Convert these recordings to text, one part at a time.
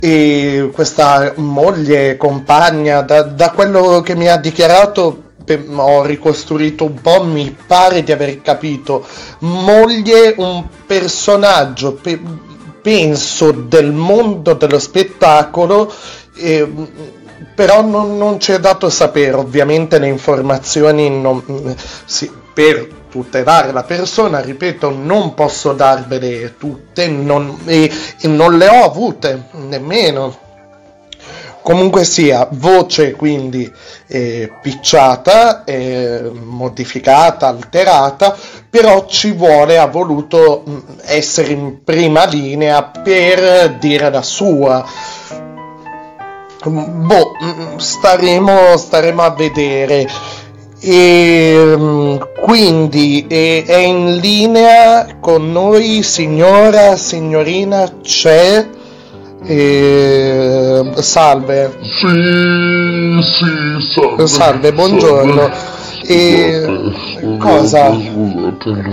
e questa moglie, compagna, da quello che mi ha dichiarato, ho ricostruito un po', mi pare di aver capito, moglie, un personaggio, penso, del mondo dello spettacolo, però non ci è dato sapere, ovviamente le informazioni per tutelare la persona, ripeto, non posso darvele tutte, e non le ho avute nemmeno. Comunque sia, voce quindi picciata, modificata, alterata, però ha voluto essere in prima linea per dire la sua. Staremo a vedere. E quindi è in linea con noi, signorina, c'è? Salve. Sì, salve. Salve, buongiorno. Cosa? Scusate,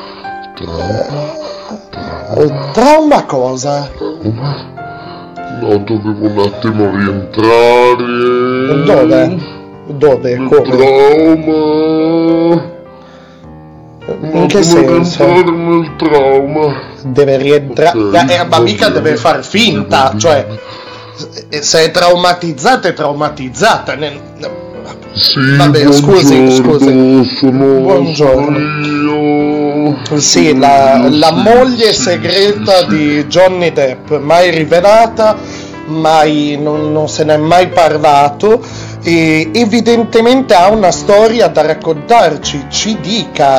Trauma cosa? No, dovevo un attimo rientrare. Dove? Il Come? trauma. In che senso? Rientrare nel trauma. Deve rientrare, Okay, ma mica deve far finta, cioè se è traumatizzata è traumatizzata. Sì, Vabbè, scusi. Buongiorno. Sì, la moglie segreta di Johnny Depp, mai rivelata, mai non se ne è mai parlato, e evidentemente ha una storia da raccontarci. Ci dica.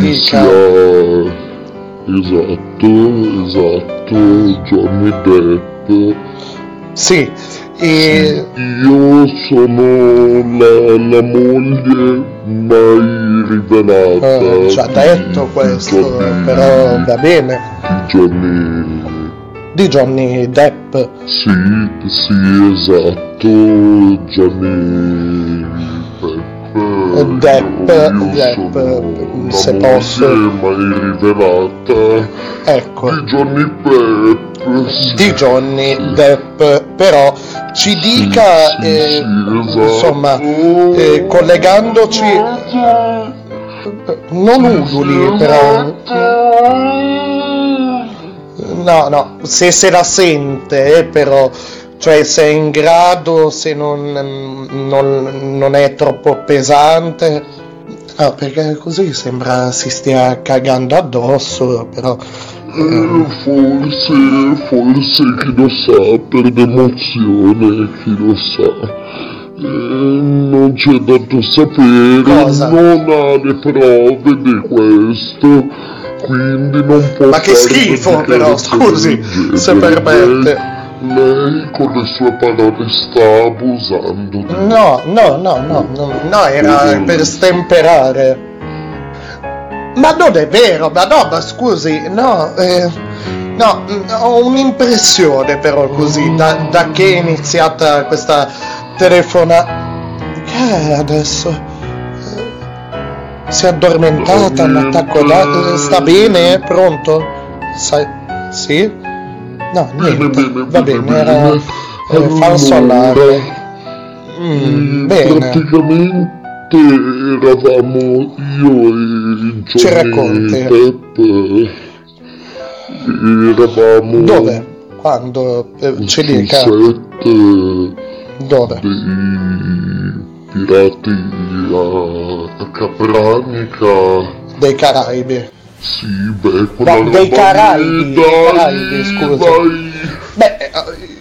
Esatto, Johnny Depp. Sì. Io sono la moglie mai rivelata. Ci ha detto questo, però va bene. Di Johnny Depp. Sì, esatto, Johnny Depp, se posso. Mai rivelata. Ecco. Di Johnny Depp. Però ci dica, esatto. Insomma, collegandoci, non uduli, però. No, se la sente, però, cioè se è in grado, se non è troppo pesante, perché così sembra si stia cagando addosso, però. Forse chi lo sa, per l'emozione, chi lo sa. Non c'è dato sapere. Cosa? Non ha le prove di questo, quindi non può. Ma che schifo, però, scusi, se permette. Lei con le sue parole sta abusando. No, era per stemperare. Ma non è vero, ma scusi, no, ho un'impressione però così, da che è iniziata questa telefonata. Che è adesso? Si è addormentata, un attacco sta bene? Pronto? Sì? No, niente, va bene, era falso allarme. Bene. Praticamente eravamo io e Johnny Depp. Eravamo. Dove? Quando? Ci dica. Dove? Dei pirati a Capranica. Dei Caraibi. Sì, quella no, dei Caraibi, scusa. Beh,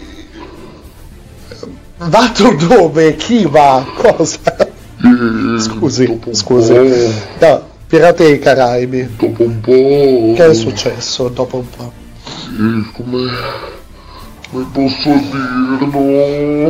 vado dove? Chi va? Cosa? Scusi. No, Pirati dei Caraibi. Dopo un po'. Che è successo dopo un po'? Come posso dirlo?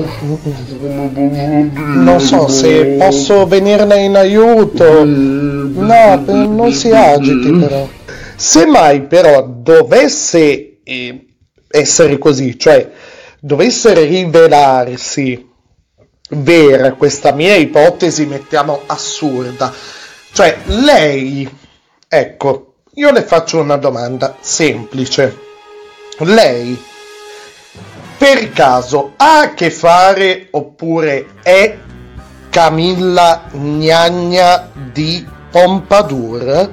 Non so se posso venirne in aiuto. No, non si agiti però. Semmai però dovesse essere così, cioè dovesse rivelarsi vera questa mia ipotesi, mettiamo assurda, cioè lei, ecco, io le faccio una domanda semplice: lei per caso ha a che fare oppure è Camilla Gnagna di Pompadour?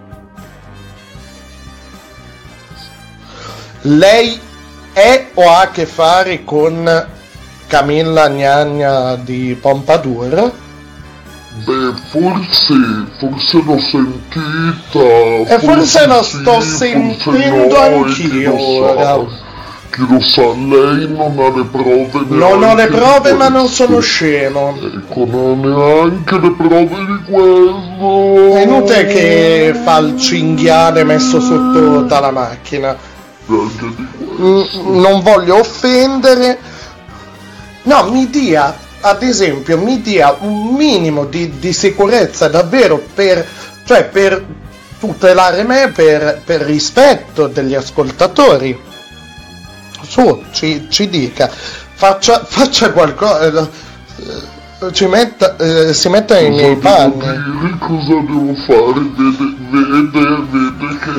Lei è o ha a che fare con Camilla Gnagna di Pompadour? Beh, forse l'ho sentita. E forse la sto sì, sentendo forse no, anch'io ora. Chi lo sa, lei non ha le prove. Non ho le prove, ma non questo. sono scemo. Ecco, non ha neanche le prove di questo. È inutile che fa il cinghiale messo sotto dalla macchina. Neanche di questo. Non voglio offendere. No, mi dia, ad esempio, un minimo di sicurezza davvero per tutelare me, per rispetto degli ascoltatori. Su, ci dica, faccia qualcosa, si metta nei miei panni. Cosa devo fare? Vede che...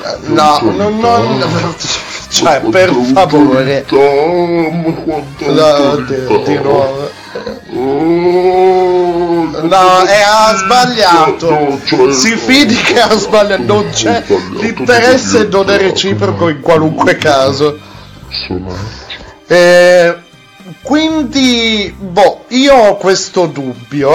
No, cioè, per favore. No, di nuovo. No, ha sbagliato. Si fidi che ha sbagliato. Non c'è l'interesse, non è reciproco in qualunque caso. Quindi, io ho questo dubbio,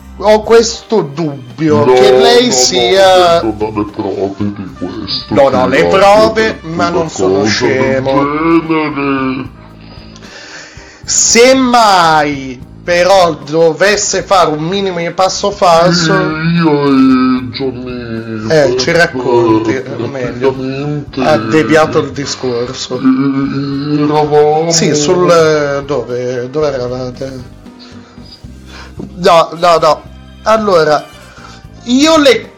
che lei sia... Non ho le prove di questo. Non ho le prove, ma non sono scemo. Se mai però dovesse fare un minimo di passo falso, io e Johnny ci racconti meglio. Ha deviato il discorso. Eravamo... Sì, sul... dove eravate? No. Allora, io le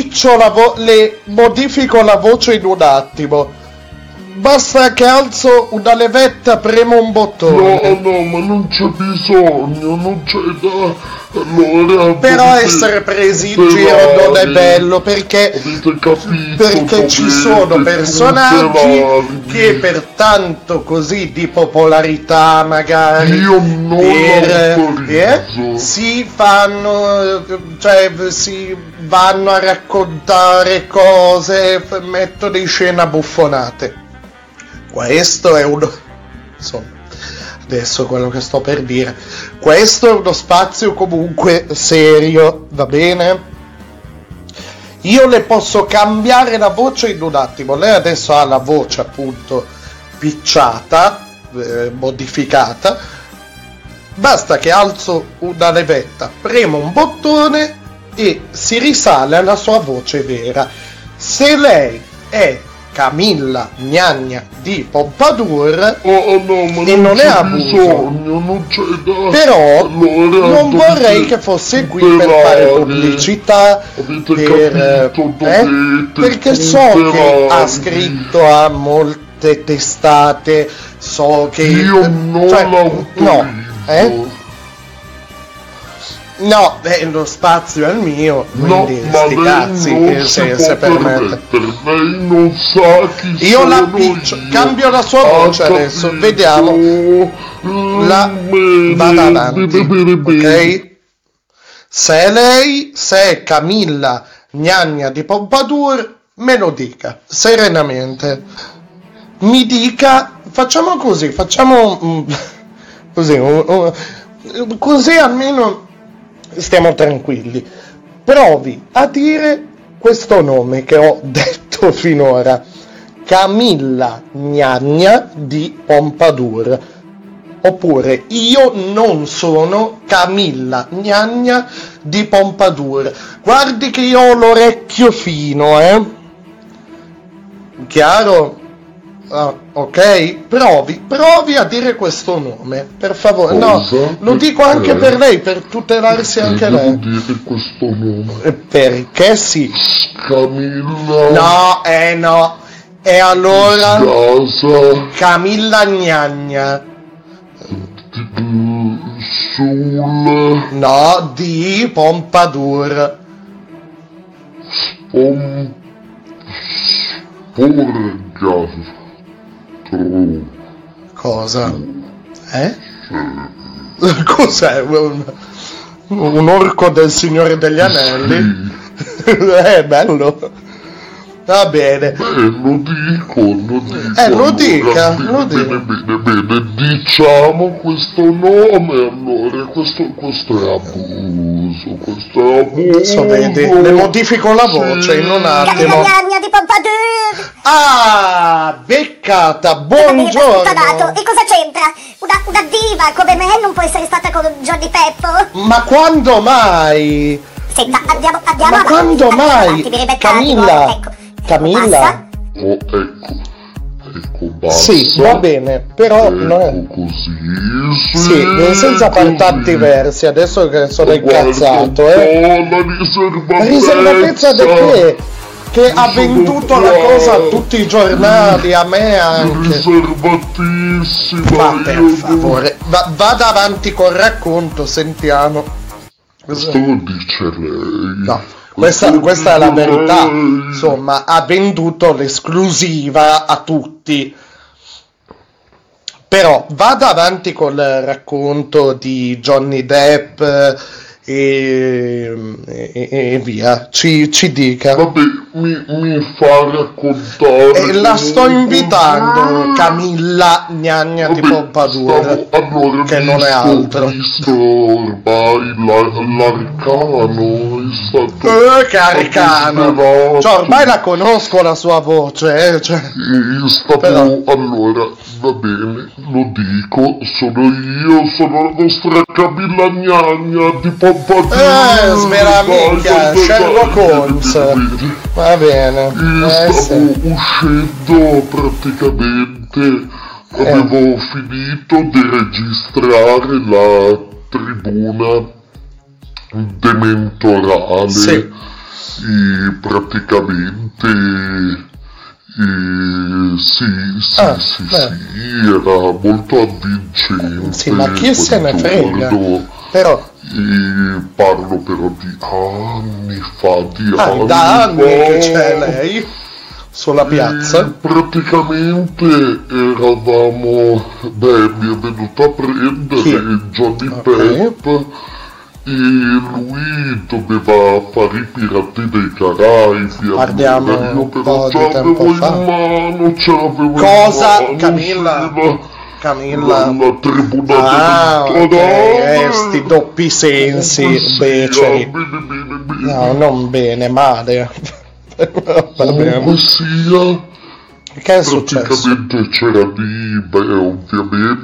modifico la voce in un attimo. Basta che alzo una levetta, premo un bottone. No, ma non c'è bisogno, non c'è da... Allora... Però essere presi in giro non è bello, perché ci sono personaggi che per tanto così di popolarità magari io non si fanno, cioè si vanno a raccontare cose, mettono in scena buffonate. Questo è uno, insomma, adesso quello che sto per dire, questo è uno spazio comunque serio, va bene? Io le posso cambiare la voce in un attimo. Lei adesso ha la voce appunto picciata, modificata. Basta che alzo una levetta, premo un bottone e si risale alla sua voce vera. Se lei è Camilla Gnagna di Pompadour e non è abuso, però non vorrei che fosse qui per fare pubblicità, perché so che ha scritto a molte testate, so che io non l'autorizzo. No, lo spazio è il mio, quindi sti cazzi che se permette. Lei non sa chi io sono la piccio, cambio la sua voce adesso, vediamo. Vada avanti, ok? Se è Camilla Gnagna di Pompadour, me lo dica, serenamente. Mi dica, facciamo così, così almeno stiamo tranquilli. Provi a dire questo nome che ho detto finora: Camilla Gnagna di Pompadour. Oppure io non sono Camilla Gnagna di Pompadour. Guardi che io ho l'orecchio fino, chiaro? Ok, provi a dire questo nome, per favore. No, lo dico anche per lei, per tutelarsi anche lei. Dire questo nome. Perché sì. Camilla. No. E allora? Casa. Camilla Gnagna. No, di Pompadour. Cosa? Cos'è? Un orco del Signore degli Anelli? È bello. Va bene. Lo dico. Lo dica. Bene, diciamo questo nome, allora, questo è abuso, Adesso vedi, le modifico la voce in un attimo. Di Pompadour! Ah, beccata, buongiorno! E cosa c'entra? Una diva come me non può essere stata con Johnny Peppo? Ma quando mai? Senta, andiamo Ma avanti. quando mai? Camilla! Ecco. Camilla? Oh, ecco, basta. Sì, va bene, però no. Così, Sì, senza partati versi, adesso che sono incazzato, La riservatezza di che? Che ha venduto la cosa a tutti i giornali, a me anche. Riservatissima. Ma per favore, vada avanti col racconto, sentiamo. Questo lo dice lei. No. Questa è la verità, insomma, ha venduto l'esclusiva a tutti. Però vada avanti col racconto di Johnny Depp e via, ci dica. Vabbè, mi fa raccontare. La sto invitando, Camilla Gnagna di Pompadour, allora, che non è altro. Visto ormai l'arcano è stato... Che arcano! Cioè, ormai la conosco la sua voce, cioè. È stato... Però... Allora, va bene, lo dico, sono la vostra Camilla Gnagna di Pompadour. Smeraviglia, Sherlock Holmes. Va bene. Stavo uscendo praticamente, avevo finito di registrare la tribuna dementorale. Sì. E praticamente sì, era molto avvincente. Sì, ma chi se ne frega? Però parlo però di anni fa, da anni che c'è lei sulla piazza. Praticamente eravamo, mi è venuto a prendere Johnny Depp e lui doveva fare i Pirati dei Caraibi. Parliamo Io un però po' ce di l'avevo tempo in fa. mano, ce l'avevo Cosa? in mano. Camilla. La tribuna ok, sti doppi sensi, beceri. No, non bene, male. Va bene. Comunque sia, Che è successo? praticamente c'era lì, ovviamente,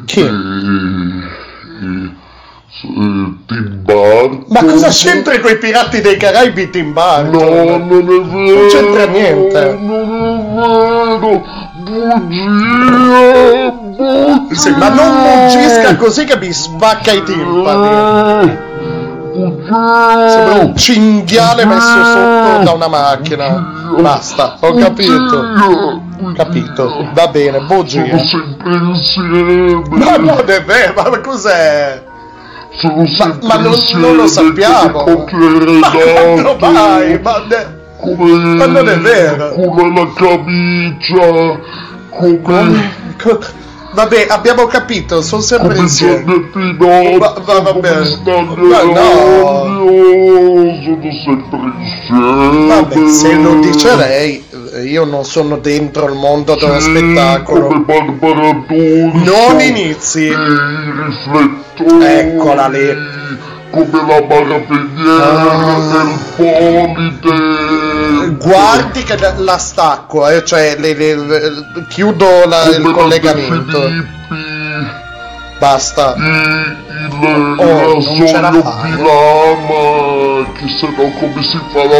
Tim Burton. Ma cosa c'entra coi Pirati dei Caraibi Tim Burton? No, non è vero. Non c'entra niente. Non è vero. Bugia. Sì, ma non muggisca così che mi spacca i timpani. Sembra un cinghiale messo sotto da una macchina. Basta, ho capito. Va bene, bugia. Sono sempre insieme. Ma non è vero, ma cos'è? Sono sempre Ma non insieme. lo sappiamo. Ma quando mai? Ma non è vero. Come la camicia. Come... Vabbè, abbiamo capito, sono sempre insieme. Va bene. Ma no. Sono sempre insieme. Vabbè, se lo dice lei, io non sono dentro il mondo dello spettacolo. Come Barbara D'Urso. Non inizi. I riflettori. Eccola lì. Come la marapeniera del Polide. Guardi che la stacco, cioè chiudo il collegamento. Basta. Non ce la fai. Che se no come si fa la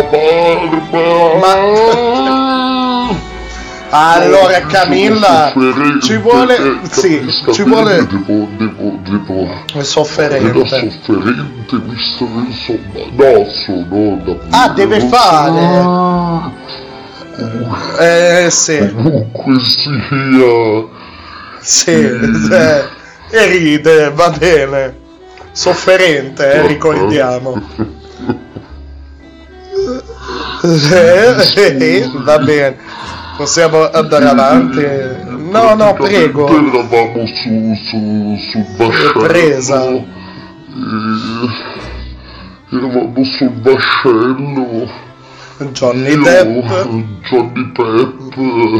barba? Allora Camilla, ci vuole... Sì, ci vuole... Devo... È sofferente. Era sofferente, visto che insomma... No, sono... Ah, deve fare... sì. Comunque sia... Sì, e ride, va bene. Sofferente, ricordiamo. Va bene. Possiamo andare avanti? no, prego. Eravamo sul vascello. Presa. Eravamo sul vascello. Johnny Io, Depp. Johnny Depp,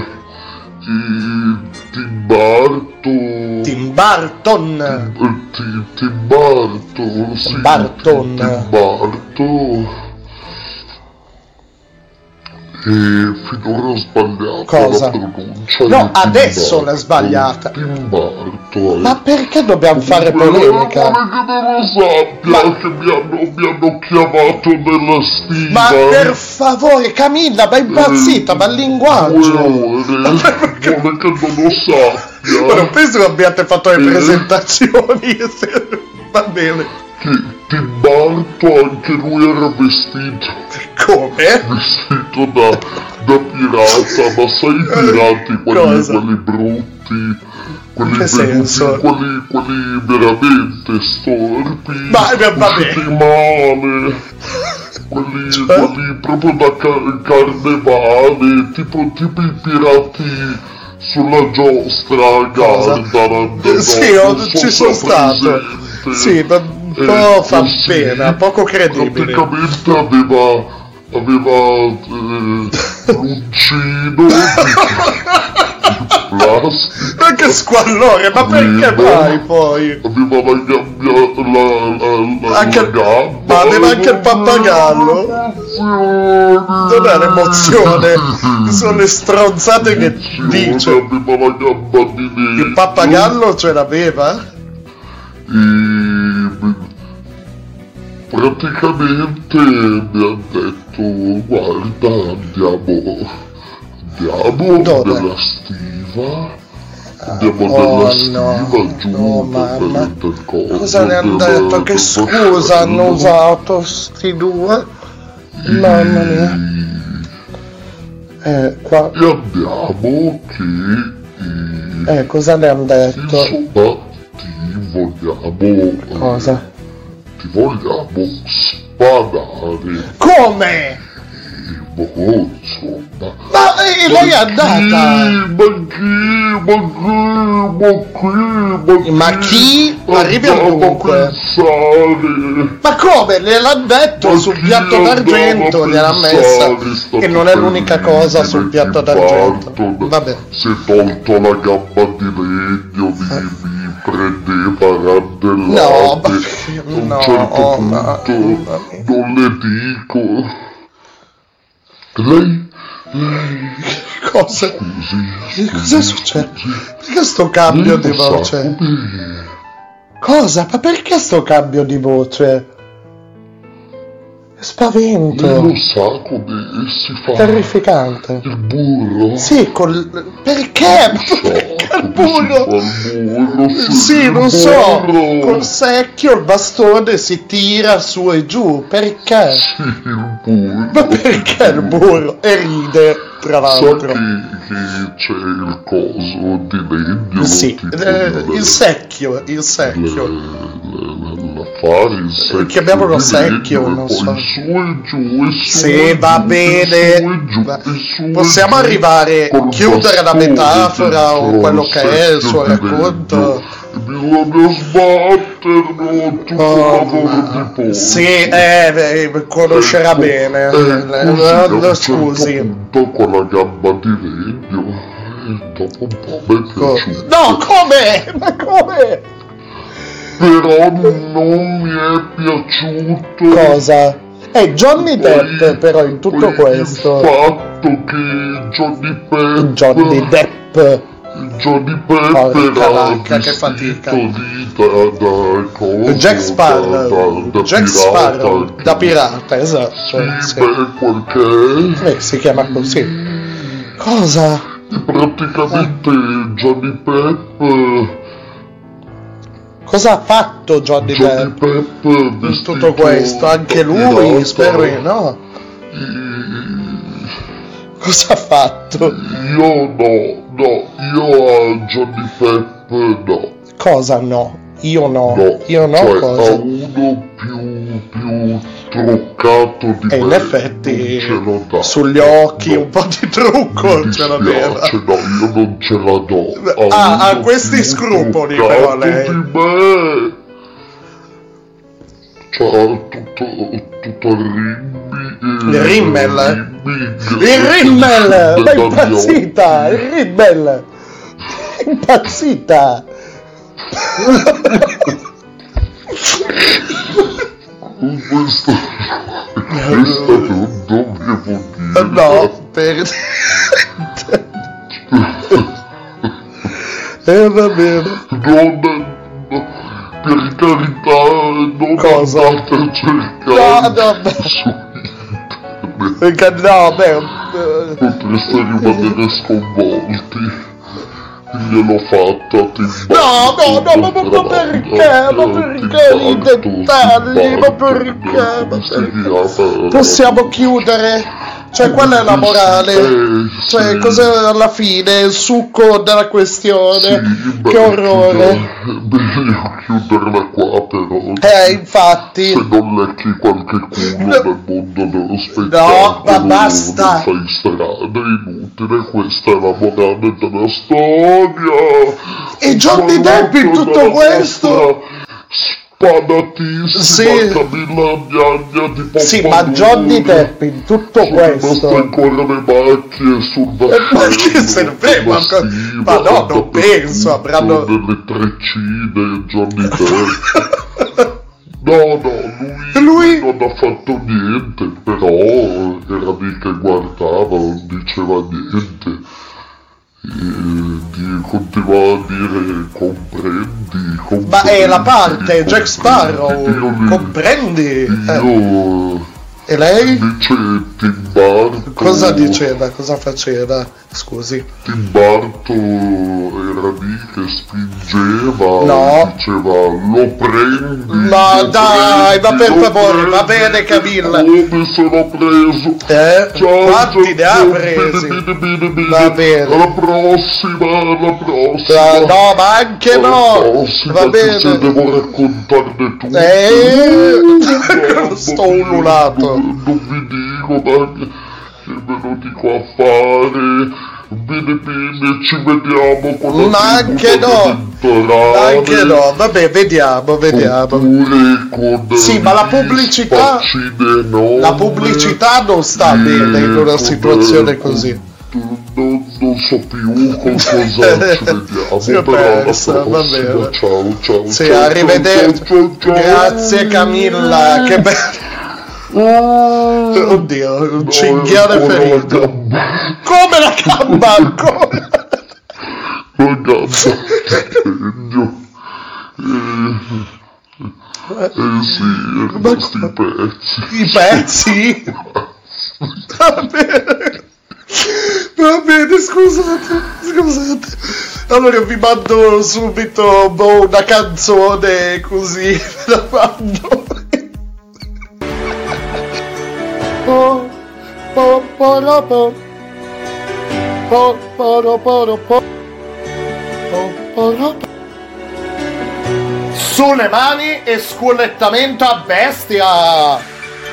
Tim Burton. Tim Burton. Tim Burton, sì. Burton. Tim Burton. E finora ho sbagliato Cosa? la pronuncia. No, di adesso Tim l'ha sbagliata. Tim Burton. Ma perché dobbiamo fare polemica? Vuole che non lo sappia che mi hanno chiamato nella stiva. Ma per favore, Camilla, ma è impazzita, ma il linguaggio. 2 ore. Vuole che non lo sappia. Ma non penso che abbiate fatto le presentazioni. Va bene. Che Tim Burton anche lui era vestito Come? da pirata, ma sai i pirati, Cosa? quelli brutti, quelli che senso? quelli veramente storpi, Ma vabbè. usciti male, quelli proprio da carnevale, tipo i pirati sulla giostra, Gardaland. Sì, ci sono stato. Sì, ma un po' fa pena, poco credibile. Praticamente aveva l'uncino di plastica. Ma che squallore, ma perché mai poi? Aveva la gamba. Ma aveva anche il pappagallo? Non è l'emozione, sono le stronzate che dice. Aveva la gamba di legno. Il pappagallo ce l'aveva? E praticamente mi ha detto guarda andiamo Dove? nella stiva, andiamo nella stiva giù mamma. del coso, Cosa ne hanno detto? Che scusa hanno usato sti due? Mamma mia. Qua. e abbiamo che Cosa ne hanno detto? insomma Cosa? ti vogliamo spadare. Come? Insomma. Ma lei è andata? Ma chi? Arrivi ovunque. Ma come? Gliel'ha detto sul piatto d'argento, gliel'ha messa. E non è l'unica cosa sul piatto d'argento. Vabbè. Si è tolto la gamba di legno, mi prendeva randellate. No, A un certo punto non le dico. Lei? Cosa? Scusi. Cosa succede? Perché sto cambio di voce? Cosa? Ma perché sto cambio di voce? Spavento. Lei lo sa come si fa Terrificante. il burro? Sì, perché? Perché il burro? Sì, non so. Col secchio il bastone si tira su e giù. Perché? Sì, il burro. Ma perché il burro? E ride, tra Sa l'altro. che c'è il coso di legno? Sì, tipo il secchio. L'affare, il secchio. Chiamiamolo di secchio, legno, non e poi so. su e giù, e su Sì, e va giù, bene. e su e giù, e su e Possiamo giù, arrivare, col chiudere la bastone metafora o dentro quello il che è il suo secchio di racconto? legno. E bisogna sbatterlo, tutto un lavoro di pollo. Sì, conoscerà bene. Scusi. Punto con la gamba di legno, dopo un po' mi è piaciuto. No, come? Ma come? Però non mi è piaciuto. Cosa? Johnny Depp Poi- però in tutto poi questo. il fatto che Johnny Depp. Porca vacca, era che vestito fatica. da coso, Jack Sparrow. da Jack pirata, Sparrow. che- Da pirata, esatto. Sì, Sì. beh, quel che è. Si chiama così. Cosa? E praticamente Johnny Depp Cosa ha fatto Johnny Depp in vestito tutto questo? Anche da lui? pirata. Spero di no. Cosa ha fatto? Io a Johnny Depp no. Cosa no? Io no. No, Io no, cioè, cosa? a uno più truccato di E in me effetti non ce lo dà. sugli occhi No, un po' di trucco mi ce l'aveva. dispiace, no, io non ce la do. Ha questi più scrupoli truccato però lei. di me. C'ha tutto Il rimmel? Il rimmel! Ma impazzita! Il rimmel! Impazzita! Questo non dovevo dire. No, per... va bene. Per carità, non Cosa? andate a cercare No, beh. su internet. Perché no, beh... Potreste rimanere sconvolti. Gliel'ho fatta, ti No, ma perché i dettagli? Ma perché? Possiamo chiudere? Cioè, qual è la morale? Cioè, cos'è alla fine il succo della questione? Che orrore! Meglio chiuderla qua, però. Infatti. Se non lecchi qualche culo nel mondo dello spettacolo, No, ma basta. non fai strada, è inutile, questa è la morale della storia. E Johnny Depp in tutto questo? Spadatissima Sì. Camilla Gnagna di Pompalone. Sì, ma Johnny Depp in tutto Sono rimaste questo... ancora le macchie sul vascello. Ma che se ne frega? Ma no, non penso, avranno... Delle treccine, Johnny Depp. No, Lui- non ha fatto niente, però era lì che guardava, non diceva niente. Continuava a dire comprendi. Ma è la parte, Jack Sparrow, Io comprendi? Io E lei? invece Tim Burton. Cosa diceva? Cosa faceva? Scusi. Tim Burton era lì che spingeva, No. diceva lo prendi. Ma lo dai, ma per prendi, lo favore, va prendi. bene, Camilla. Come se l'ho preso. Ciao, Quanti ne ha ciao, presi? bene. Va bene. Alla prossima. No, ma anche no. Va Se bene. devo raccontarne tutto. Sto ululato. Non vi dico, ma che ve lo dico a fare. Bene, ci vediamo con la Ma anche no. Anche no, vabbè, vediamo. Oppure con Sì, ma la pubblicità... La pubblicità non sta bene in una situazione così. Non so più con cosa ci vediamo. Si è però alla persa, va prossima. bene. Ciao. Sì, ciao, arrivederci. ciao. Grazie Camilla, che bello. Oddio, un cinghiale ferito. Come la gamba ancora? La gamba segno. Sì, questi pezzi. I pezzi? Va bene, scusate. Allora vi mando subito una canzone così ve la mando. Sulle mani e sculettamento a bestia.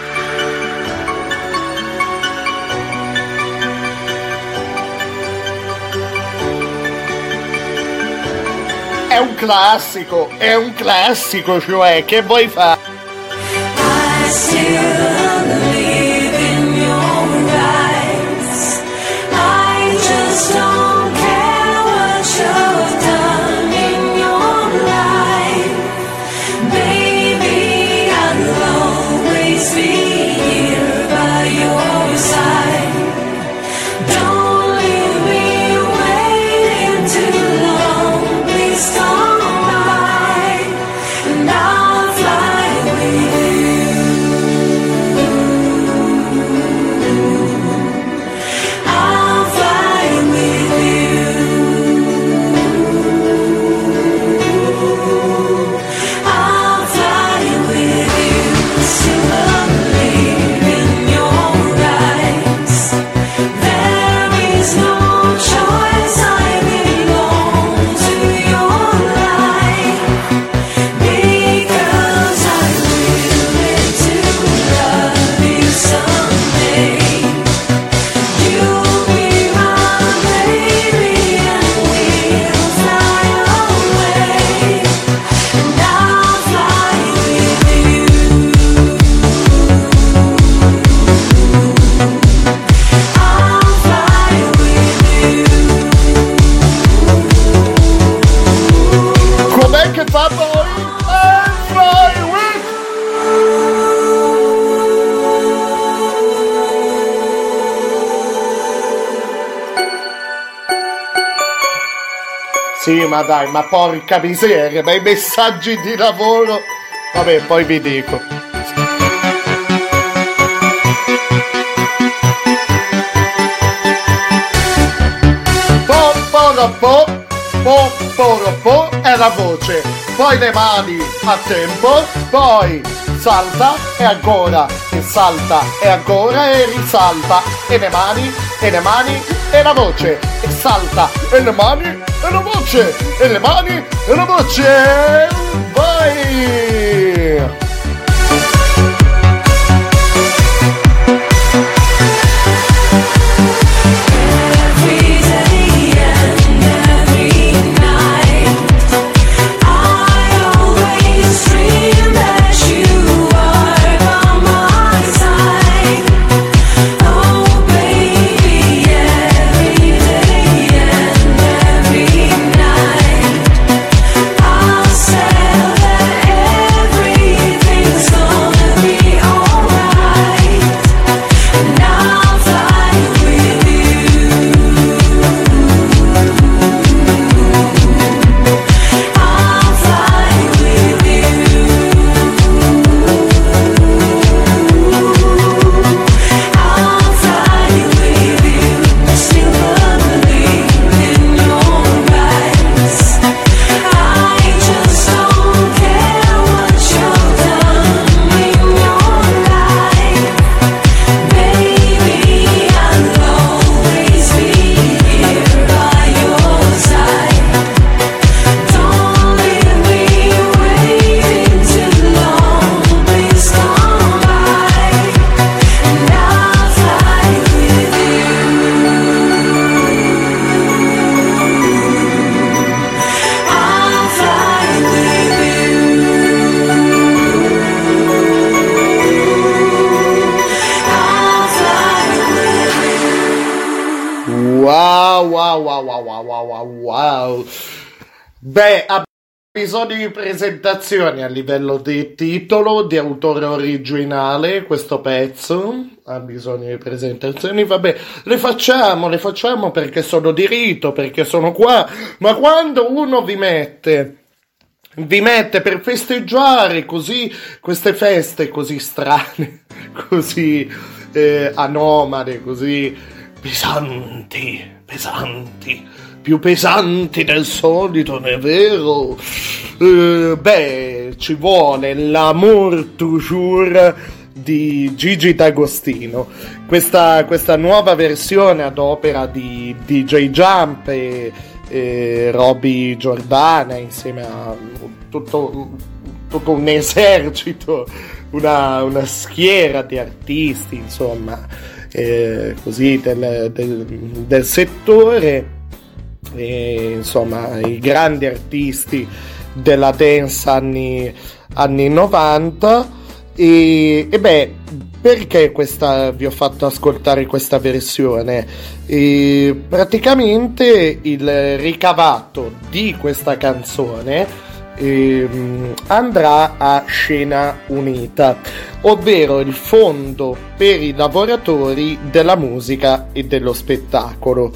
È un classico, cioè, che vuoi fare? I still believe in your eyes. I just don't care what you've done in your life. Baby, I'll always be here by your side. Don't leave me waiting too long. Please come by and I'll fly with you. ma poi fly with. Sì, ma dai, ma porca miseria, ma i messaggi di lavoro. Vabbè, poi vi dico. Po è la voce, poi le mani a tempo, poi salta e ancora, e salta e ancora e risalta, e le mani e la voce, e salta e le mani e la voce, e le mani e la voce, vai! Wow. Beh, ha bisogno di presentazioni a livello di titolo, di autore originale, questo pezzo ha bisogno di presentazioni, vabbè, le facciamo perché sono di rito, perché sono qua, ma quando uno vi mette per festeggiare così queste feste così strane, così anomale, così pesanti, più pesanti del solito, non è vero? Beh, ci vuole l'Amour Toujours di Gigi D'Agostino, questa nuova versione ad opera di DJ Jump e Roby Giordana, insieme a tutto un esercito, una schiera di artisti, insomma, così del settore, insomma, i grandi artisti della dance anni 90. E beh, perché vi ho fatto ascoltare questa versione? Praticamente il ricavato di questa canzone andrà a Scena Unita, ovvero il fondo per i lavoratori della musica e dello spettacolo,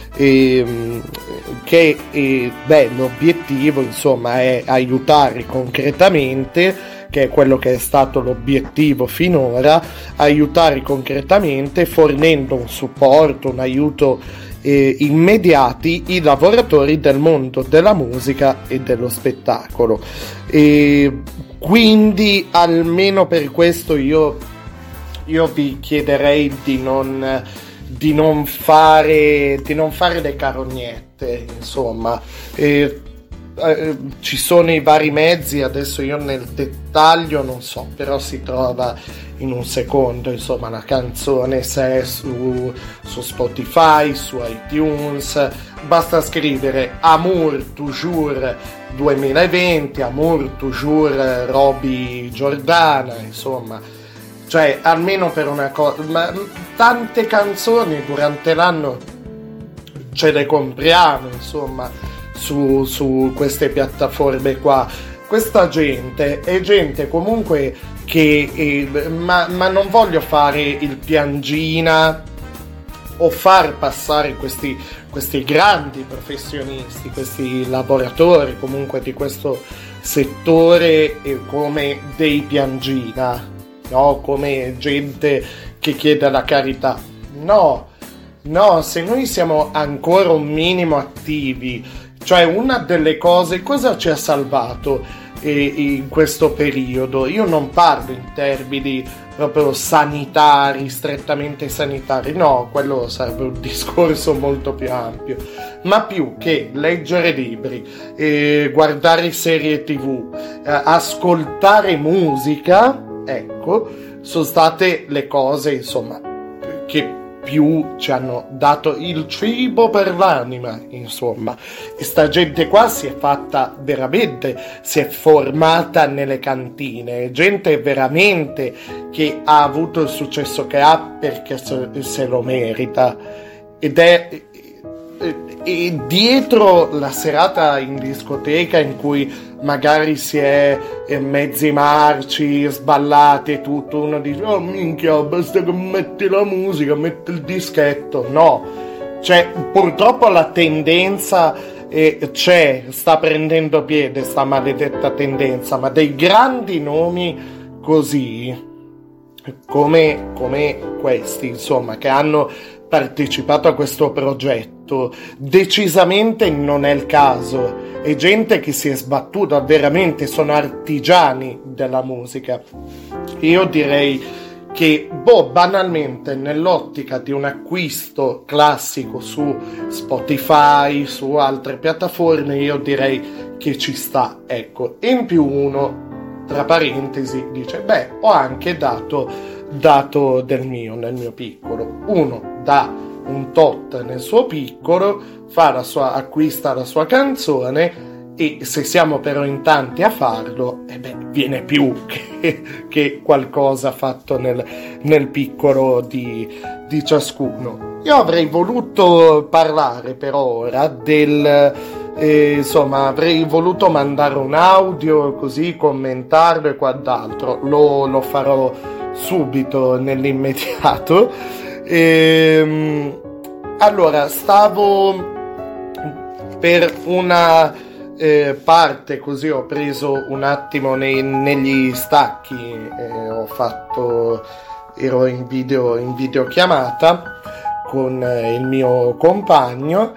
che l'obiettivo, insomma, è aiutare concretamente, che è quello che è stato l'obiettivo finora, aiutare concretamente fornendo un supporto, un aiuto immediati i lavoratori del mondo della musica e dello spettacolo. Quindi almeno per questo io vi chiederei di non fare le carognette, insomma. Ci sono i vari mezzi, adesso io nel dettaglio non so, però si trova in un secondo, insomma, la canzone, se è su Spotify, su iTunes, basta scrivere Amour Toujours 2020, Amour Toujours Roby Giordana, insomma, cioè almeno per una cosa, ma tante canzoni durante l'anno ce le compriamo, insomma, su queste piattaforme qua. questa gente è gente comunque che ma non voglio fare il piangina o far passare questi grandi professionisti, questi lavoratori comunque di questo settore come dei piangina, no? Come gente che chiede la carità. No, se noi siamo ancora un minimo attivi, cioè una delle cose, cosa ci ha salvato in questo periodo? Io non parlo in termini proprio sanitari, strettamente sanitari, no, quello sarebbe un discorso molto più ampio, ma più che leggere libri, guardare serie TV, ascoltare musica, ecco, sono state le cose, insomma, che più ci hanno dato il cibo per l'anima, insomma. E sta gente qua si è fatta veramente, si è formata nelle cantine, gente veramente che ha avuto il successo che ha perché se lo merita, ed è e dietro la serata in discoteca in cui magari si è mezzi marci, sballati e tutto, uno dice oh minchia, basta che metti la musica, metti il dischetto. No, cioè purtroppo la tendenza sta prendendo piede sta maledetta tendenza, ma dei grandi nomi così come questi, insomma, che hanno partecipato a questo progetto, decisamente non è il caso. È gente che si è sbattuta, veramente sono artigiani della musica. Io direi che banalmente nell'ottica di un acquisto classico su Spotify, su altre piattaforme, io direi che ci sta, ecco. E in più uno, tra parentesi, dice ho anche dato del mio nel mio piccolo. Uno dà un tot nel suo piccolo, acquista la sua canzone, e se siamo però in tanti a farlo, viene più che qualcosa fatto nel piccolo di ciascuno. Io avrei voluto parlare per ora insomma, avrei voluto mandare un audio così, commentarlo e quant'altro. Lo farò subito, nell'immediato. Allora, stavo per una parte, così ho preso un attimo negli stacchi, ero in videochiamata con il mio compagno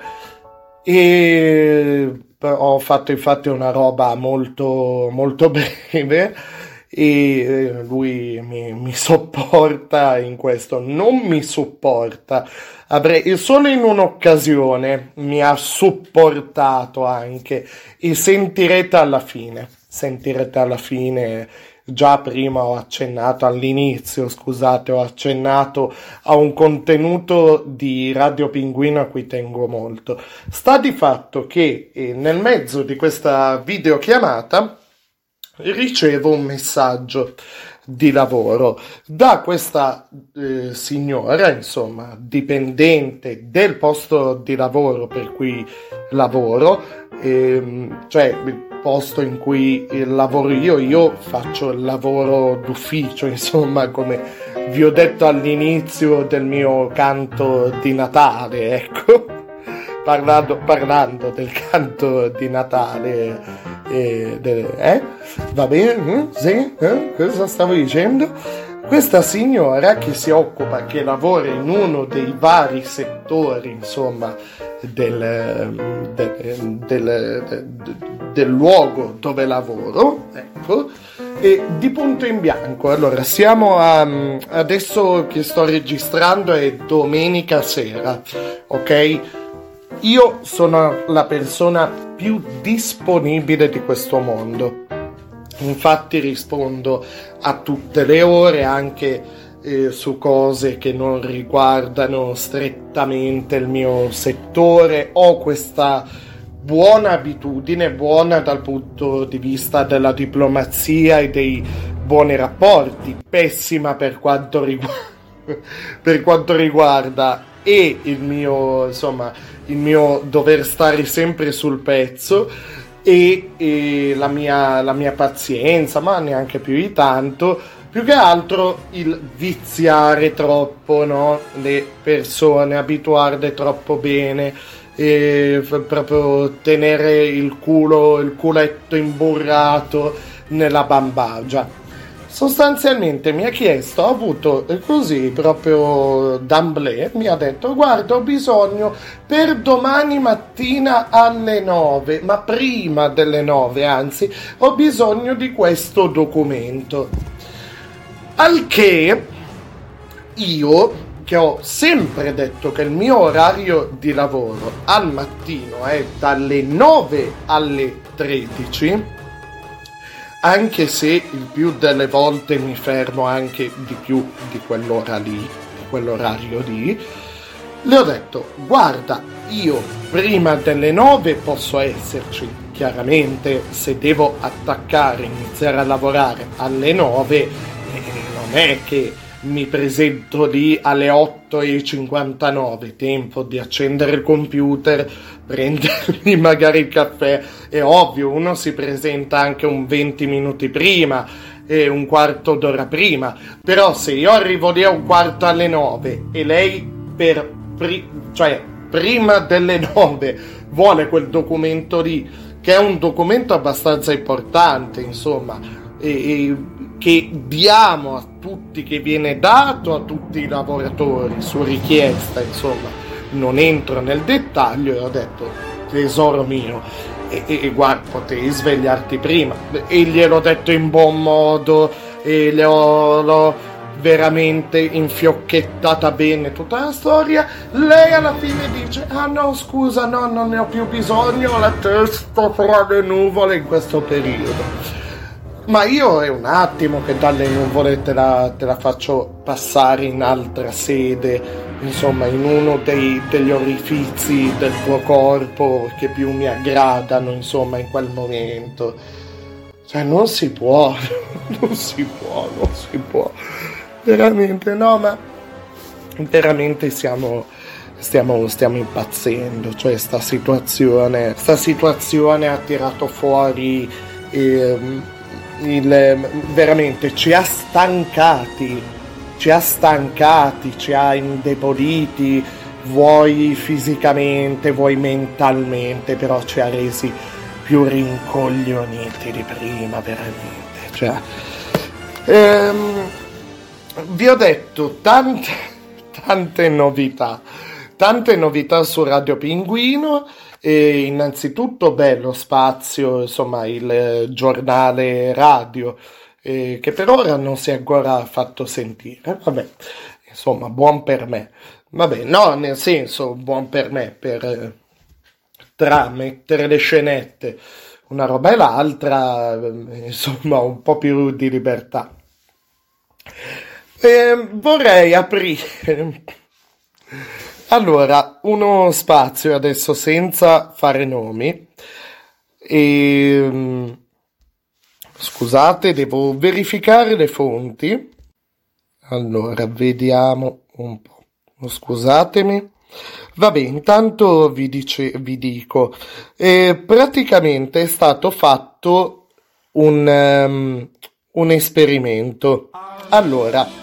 e ho fatto infatti una roba molto molto breve, e lui mi sopporta in questo, non mi sopporta, solo in un'occasione mi ha supportato anche, e sentirete alla fine, già prima ho accennato a un contenuto di Radio Pinguino a cui tengo molto. Sta di fatto che nel mezzo di questa videochiamata ricevo un messaggio di lavoro da questa signora, insomma, dipendente del posto di lavoro per cui lavoro, cioè il posto in cui lavoro io faccio il lavoro d'ufficio, insomma, come vi ho detto all'inizio del mio canto di Natale, ecco. Parlando del canto di Natale, va bene? Sì? Cosa stavo dicendo? Questa signora che lavora in uno dei vari settori, insomma, del luogo dove lavoro, ecco, e di punto in bianco. Allora, adesso che sto registrando è domenica sera, ok? Io sono la persona più disponibile di questo mondo, infatti rispondo a tutte le ore, anche su cose che non riguardano strettamente il mio settore. Ho questa buona abitudine, buona dal punto di vista della diplomazia e dei buoni rapporti, pessima per quanto riguarda e il mio dover stare sempre sul pezzo, e la mia pazienza, ma neanche più di tanto, più che altro il viziare troppo, no? Le persone, abituarle troppo bene, e proprio tenere il culetto imburrato nella bambagia. Sostanzialmente mi ha chiesto, ho avuto così proprio d'amblè, mi ha detto: guarda, ho bisogno per domani mattina alle 9, ma prima delle 9 anzi, ho bisogno di questo documento. Al che io, che ho sempre detto che il mio orario di lavoro al mattino è dalle 9 alle 13, anche se il più delle volte mi fermo anche di più di quell'ora lì, di quell'orario lì, le ho detto: guarda, io prima delle 9 posso esserci, chiaramente se devo attaccare, iniziare a lavorare alle 9, non è che mi presento lì alle 8:59, tempo di accendere il computer, prendermi magari il caffè. È ovvio, uno si presenta anche un 20 minuti prima e un quarto d'ora prima, però se io arrivo lì a un quarto alle 9 e lei prima delle 9 vuole quel documento lì, che è un documento abbastanza importante, insomma, e che diamo a tutti, che viene dato a tutti i lavoratori su richiesta, insomma, non entro nel dettaglio, e ho detto: tesoro mio, e guarda, potevi svegliarti prima, e gliel'ho detto in buon modo, e l'ho veramente infiocchettata bene tutta la storia. Lei alla fine dice: ah no, scusa, no, non ne ho più bisogno, ho la testa fra le nuvole in questo periodo. Ma io è un attimo che dalle nuvole te la faccio passare in altra sede, insomma, in uno degli orifizi del tuo corpo che più mi aggradano, insomma, in quel momento. Cioè, non si può, veramente, no, ma veramente stiamo impazzendo. Cioè, sta situazione ha tirato fuori veramente ci ha stancati, ci ha indeboliti, vuoi fisicamente, vuoi mentalmente, però ci ha resi più rincoglioniti di prima, veramente. Cioè, vi ho detto tante novità su Radio Pinguino. E innanzitutto bello spazio, insomma, il giornale radio, che per ora non si è ancora fatto sentire. Vabbè, insomma, buon per me. Vabbè, no, nel senso, buon per me, tra mettere le scenette, una roba e l'altra, insomma, un po' più di libertà. Vorrei aprire... Allora, uno spazio adesso senza fare nomi, e scusate, devo verificare le fonti. Allora, vediamo un po', scusatemi. Vabbè, intanto vi dico, praticamente è stato fatto un esperimento. Allora,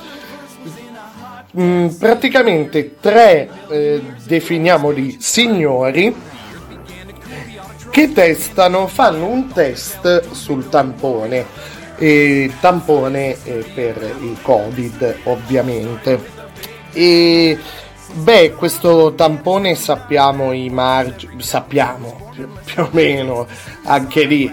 praticamente tre, definiamoli signori, che fanno un test sul tampone, il tampone per il Covid, ovviamente. E beh, questo tampone sappiamo i margini, sappiamo più o meno, anche lì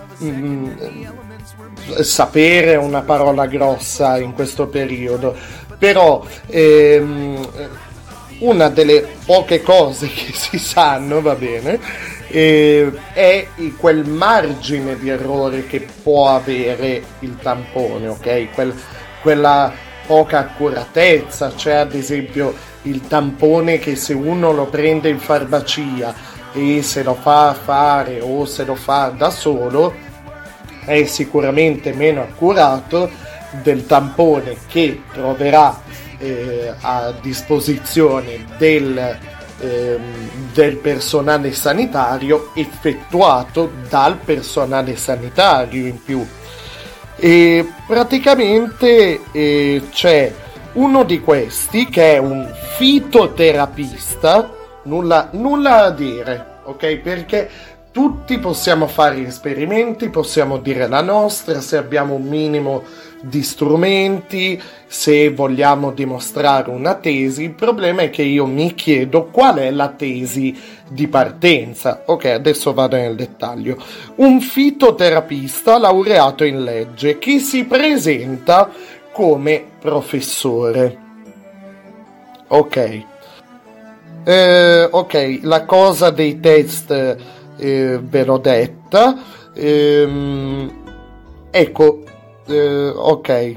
sapere è una parola grossa in questo periodo. Però una delle poche cose che si sanno, va bene, è quel margine di errore che può avere il tampone, ok? Quella poca accuratezza. C'è ad esempio il tampone che, se uno lo prende in farmacia e se lo fa fare o se lo fa da solo, è sicuramente meno accurato del tampone che troverà a disposizione del del personale sanitario effettuato dal personale sanitario in più. E praticamente c'è uno di questi che è un fitoterapista, nulla da dire, ok? Perché tutti possiamo fare esperimenti, possiamo dire la nostra se abbiamo un minimo di strumenti, se vogliamo dimostrare una tesi. Il problema è che io mi chiedo qual è la tesi di partenza. Ok, adesso vado nel dettaglio. Un fitoterapista laureato in legge che si presenta come professore. Ok, la cosa dei test ve l'ho detta. Ecco, ok.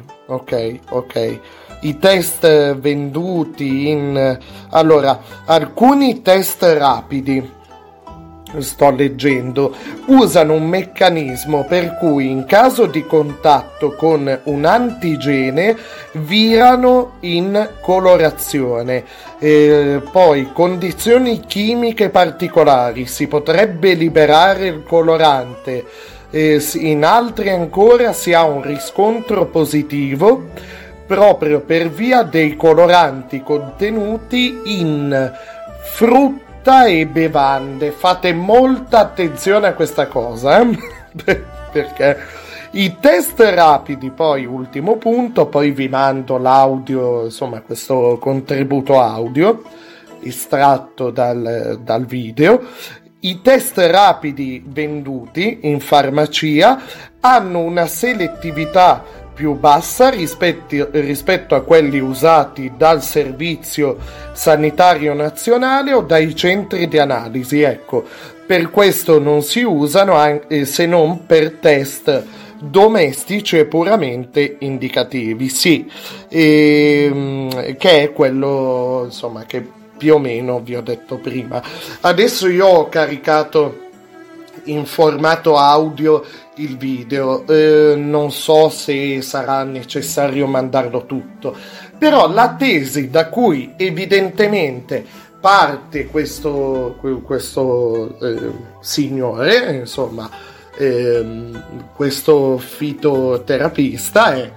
I test venduti in... Allora, alcuni test rapidi, sto leggendo, usano un meccanismo per cui in caso di contatto con un antigene virano in colorazione. Poi condizioni chimiche particolari, si potrebbe liberare il colorante. In altri ancora si ha un riscontro positivo proprio per via dei coloranti contenuti in frutta e bevande. Fate molta attenzione a questa cosa, perché i test rapidi, poi ultimo punto, poi vi mando l'audio, insomma questo contributo audio estratto dal video. I test rapidi venduti in farmacia hanno una selettività più bassa rispetto a quelli usati dal Servizio Sanitario Nazionale o dai centri di analisi. Ecco, per questo non si usano se non per test domestici e puramente indicativi. Sì, che è quello, insomma, che più o meno vi ho detto prima. Adesso io ho caricato in formato audio il video, non so se sarà necessario mandarlo tutto, però la tesi da cui evidentemente parte questo signore, insomma, questo fitoterapista è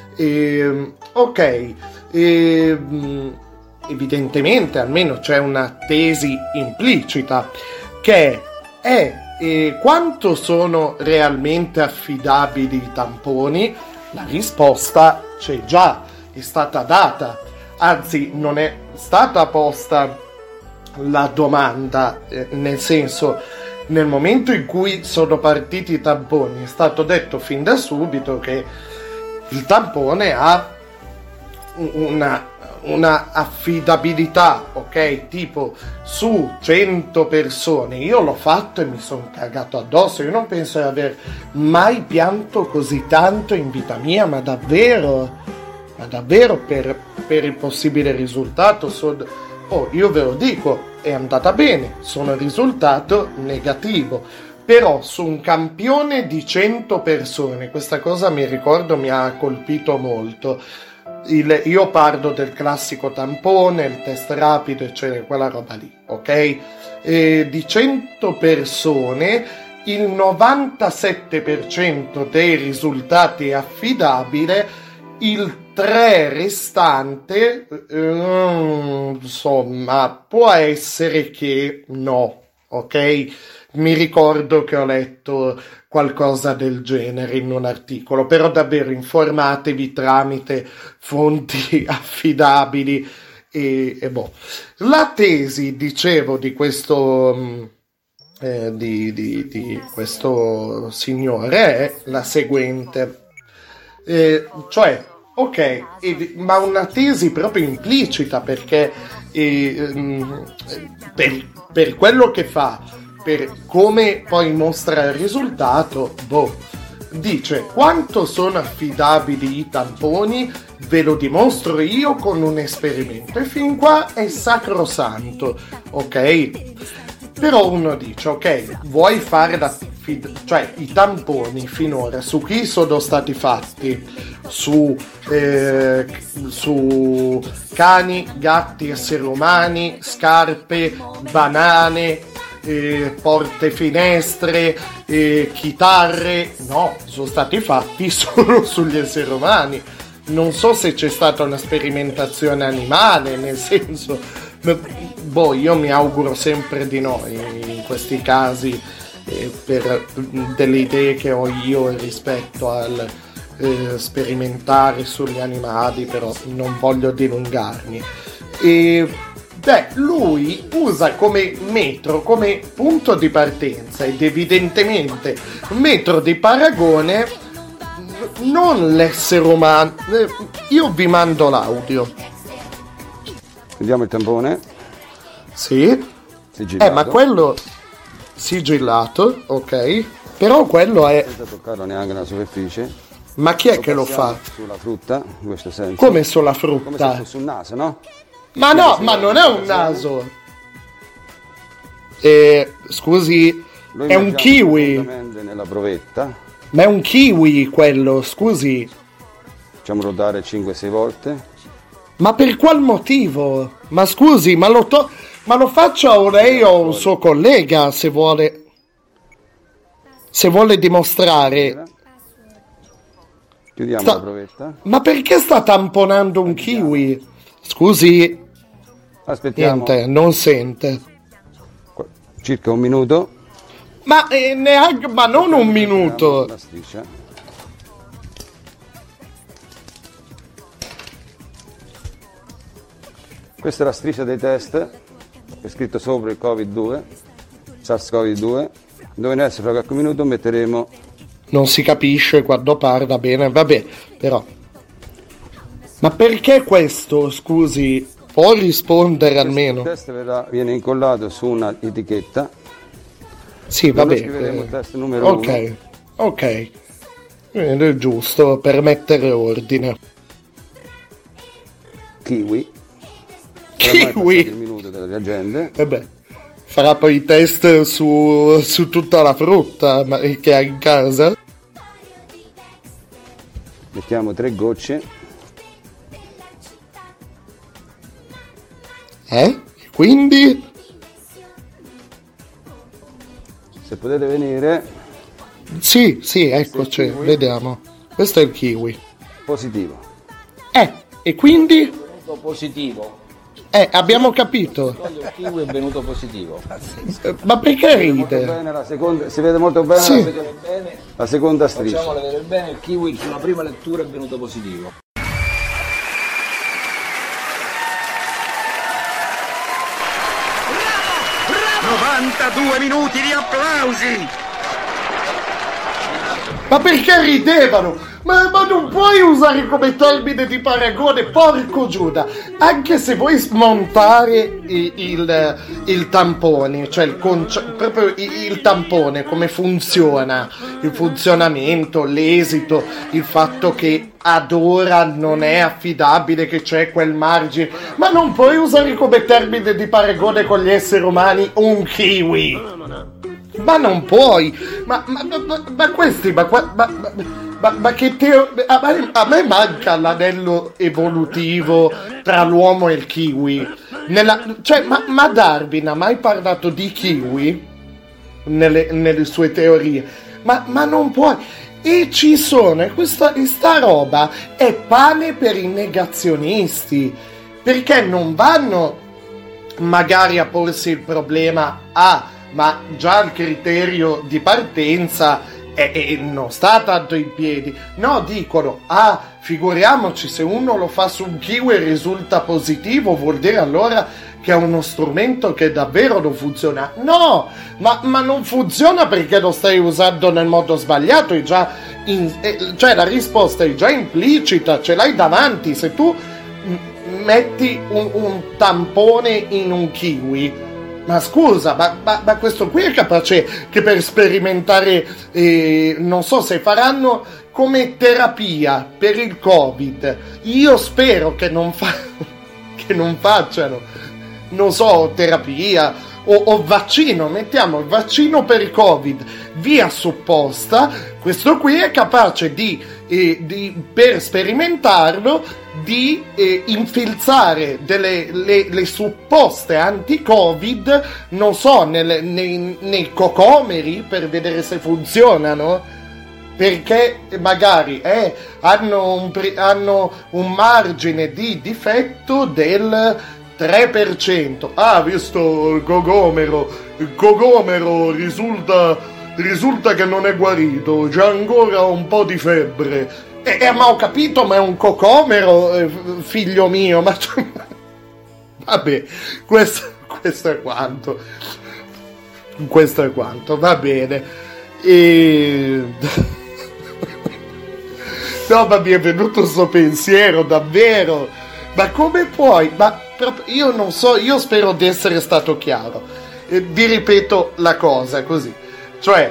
evidentemente almeno c'è una tesi implicita che è quanto sono realmente affidabili i tamponi. La risposta c'è già, è stata data, anzi non è stata posta la domanda, nel senso, nel momento in cui sono partiti i tamponi è stato detto fin da subito che il tampone ha una affidabilità, ok, tipo su 100 persone. Io l'ho fatto e mi sono cagato addosso. Io non penso di aver mai pianto così tanto in vita mia, ma davvero per il possibile risultato. Io ve lo dico, è andata bene, sono risultato negativo, però su un campione di 100 persone, questa cosa mi ricordo mi ha colpito molto. Io parlo del classico tampone, il test rapido, eccetera, quella roba lì, ok? Di 100 persone il 97% dei risultati è affidabile, il 3 restante, insomma, può essere che no, ok? Mi ricordo che ho letto qualcosa del genere in un articolo, però davvero informatevi tramite fonti affidabili e boh. La tesi, dicevo, di questo di questo signore è la seguente, cioè, ok, ma una tesi proprio implicita, perché per quello che fa, per come poi mostra il risultato, dice: quanto sono affidabili i tamponi ve lo dimostro io con un esperimento, e fin qua è sacrosanto, ok? Però uno dice: ok, vuoi fare cioè i tamponi finora su chi sono stati fatti? su cani, gatti, esseri umani, scarpe, banane, porte, finestre, chitarre. No, sono stati fatti solo sugli esseri umani. Non so se c'è stata una sperimentazione animale, nel senso, io mi auguro sempre di no in questi casi, per delle idee che ho io rispetto al sperimentare sugli animali, però non voglio dilungarmi. Lui usa come metro, come punto di partenza ed evidentemente metro di paragone non l'essere umano. Io vi mando l'audio. Vediamo il tampone. Sì. Sigillato. Ma quello sigillato, ok. Però quello è... Senza toccarlo neanche nella superficie. Ma chi è che lo fa? Sulla frutta, in questo senso. Come sulla frutta? Come se fosse un naso, no? Ma no, ma non è un naso. Scusi, Lo è un kiwi. profondamente nella provetta. Ma è un kiwi quello, scusi. Facciamo rodare 5-6 volte. Ma per qual motivo? Ma scusi, ma lo faccia o lei o un suo collega se vuole dimostrare. Chiudiamo la provetta. Ma perché sta tamponando un kiwi? Scusi. Aspettiamo. Niente, non sente. Circa un minuto. Ma neanche, ma non un minuto. La striscia. Questa è la striscia dei test. È scritto sopra il Covid-2, SARS-CoV-2. Dove adesso fra qualche minuto metteremo. Non si capisce quando parla bene, vabbè, però. Ma perché questo, scusi? Può rispondere almeno? Il test viene incollato su una etichetta. Sì, Dove vabbè. scriveremo il test numero 1. Ok. È giusto, per mettere ordine. Kiwi. Kiwi! Il minuto delle agende. Vabbè. Farà poi i test su tutta la frutta che ha in casa. Mettiamo 3 gocce. Quindi? Se potete venire. Sì, eccoci, vediamo. Questo è il kiwi. Positivo. E quindi? Positivo. Abbiamo capito. Il kiwi è venuto positivo. Ma perché Molto ride? bene la seconda, si vede molto bene Sì. la seconda striscia. Facciamola vedere bene, il kiwi sulla prima lettura è venuto positivo. Bravo! 92 minuti di applausi! Ma perché ridevano? Ma non puoi usare come termine di paragone, porco Giuda. Anche se vuoi smontare il tampone, cioè proprio il tampone, come funziona, il funzionamento, l'esito, il fatto che ad ora non è affidabile, che c'è quel margine, ma non puoi usare come termine di paragone con gli esseri umani un kiwi. Ma non puoi. Ma questi, ma che a me manca l'anello evolutivo tra l'uomo e il kiwi. Ma Darwin ha mai parlato di kiwi nelle sue teorie? Ma non puoi. E ci sono, questa roba è pane per i negazionisti, perché non vanno magari a porsi il problema ma già il criterio di partenza non sta tanto in piedi. No, dicono, figuriamoci, se uno lo fa su un kiwi e risulta positivo, vuol dire allora che è uno strumento che davvero non funziona. No, ma non funziona perché lo stai usando nel modo sbagliato, è già cioè la risposta è già implicita, ce l'hai davanti. Se tu metti un tampone in un kiwi, ma scusa, ma questo qui è capace che per sperimentare, non so se faranno come terapia per il Covid. Io spero che non facciano, non so, terapia o vaccino. Mettiamo il vaccino per il Covid via supposta. Questo qui è capace di per sperimentarlo, di infilzare le supposte anti-Covid, non so, nei cocomeri per vedere se funzionano, perché magari hanno un margine di difetto del 3%. Visto il cocomero risulta che non è guarito, c'è ancora un po' di febbre. Ma ho capito, ma è un cocomero, figlio mio, ma vabbè, questo è quanto. Questo è quanto, va bene. No, ma mi è venuto questo pensiero, davvero. Ma come puoi? Ma io non so, io spero di essere stato chiaro. Vi ripeto la cosa così. Cioè,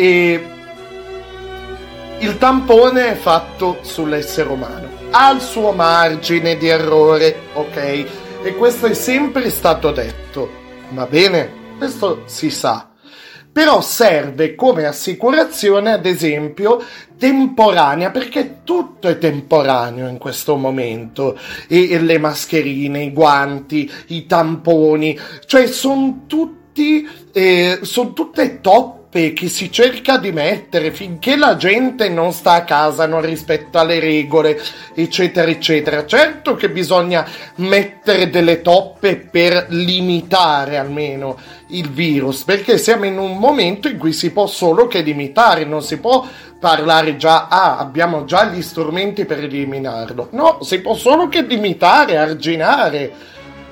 il tampone è fatto sull'essere umano, ha il suo margine di errore, ok? E questo è sempre stato detto, va bene? Questo si sa. Però serve come assicurazione, ad esempio, temporanea, perché tutto è temporaneo in questo momento, e le mascherine, i guanti, i tamponi, cioè sono tutte toppe che si cerca di mettere finché la gente non sta a casa, non rispetta le regole, eccetera eccetera. Certo che bisogna mettere delle toppe per limitare almeno il virus, perché siamo in un momento in cui si può solo che limitare, non si può parlare già abbiamo già gli strumenti per eliminarlo. No, si può solo che limitare, arginare.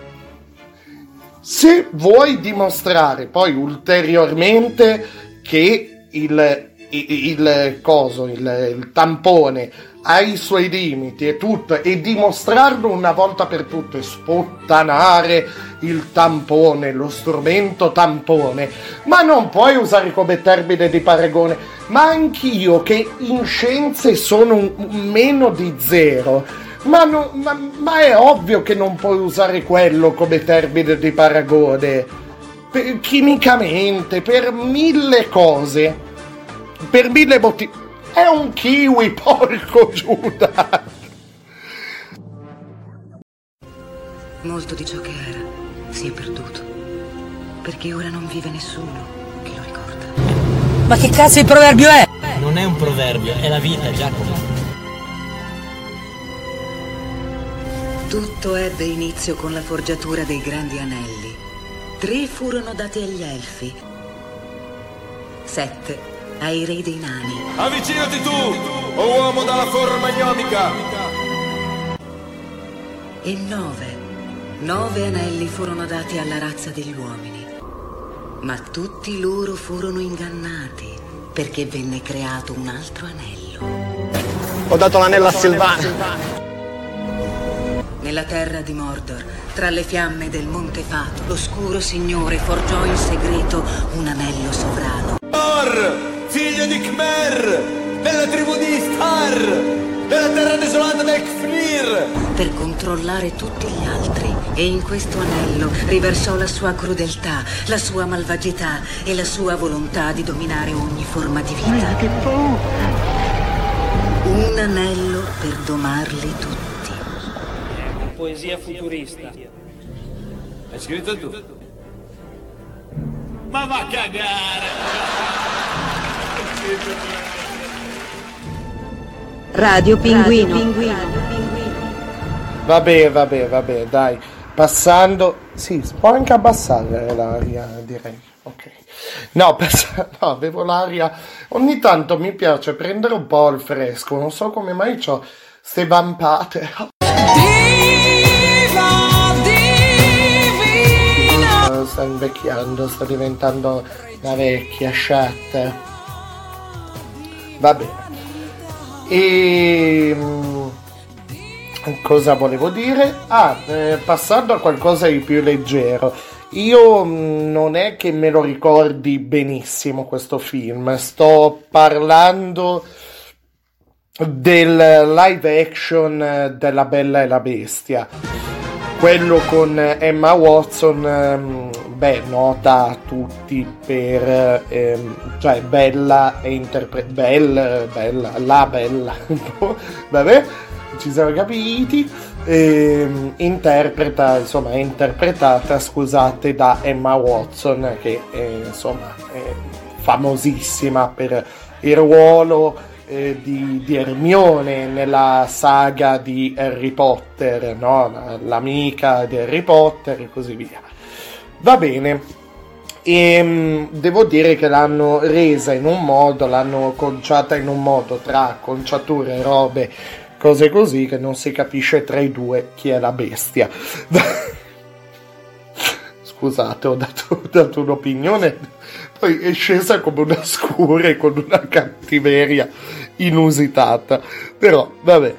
Se vuoi dimostrare poi ulteriormente che il tampone ha i suoi limiti e tutto, e dimostrarlo una volta per tutte, spottanare il tampone, lo strumento tampone, ma non puoi usare come termine di paragone. Ma anch'io, che in scienze sono meno di zero, ma è ovvio che non puoi usare quello come termine di paragone. Chimicamente, per 1000 cose, per 1000 motivi. È un kiwi, porco Giuda! Molto di ciò che era si è perduto, perché ora non vive nessuno che lo ricorda. Ma che cazzo di proverbio è? Non è un proverbio, è la vita, Giacomo. Tutto ebbe inizio con la forgiatura dei grandi anelli. 3 furono dati agli elfi, 7 ai re dei nani. Avvicinati tu, o uomo dalla forma gnomica! E 9 anelli furono dati alla razza degli uomini. Ma tutti loro furono ingannati, perché venne creato un altro anello. Ho dato l'anello a Silvano. Nella terra di Mordor, tra le fiamme del Monte Fato, l'oscuro signore forgiò in segreto un anello sovrano. Thor, figlio di Khmer, della tribù di Istar, della terra desolata del Kfnir, per controllare tutti gli altri, e in questo anello riversò la sua crudeltà, la sua malvagità e la sua volontà di dominare ogni forma di vita. Un anello per domarli tutti. Poesia futurista. Hai scritto tu? Ma va a cagare! Radio Pinguino. Vabbè, dai. Passando, sì, si può anche abbassare l'aria, direi. Ok. No, avevo l'aria. Ogni tanto mi piace prendere un po' il fresco. Non so come mai c'ho ste vampate. Sta invecchiando, sta diventando una vecchia chatta. Va bene. E cosa volevo dire? Passando a qualcosa di più leggero. Io non è che me lo ricordi benissimo questo film. Sto parlando del live action della Bella e la Bestia, quello con Emma Watson, beh, nota a tutti per cioè Bella e Bella, vabbè, ci siamo capiti. Interpreta, insomma, è interpretata, scusate, da Emma Watson, che insomma è famosissima per il ruolo di Hermione nella saga di Harry Potter, no? L'amica di Harry Potter e così via. Va bene. E devo dire che l'hanno resa in un modo, l'hanno conciata in un modo, tra acconciature e robe, cose così, che non si capisce tra i due chi è la bestia. Scusate, ho dato un'opinione, poi è scesa come una scure con una cattiveria inusitata, però vabbè.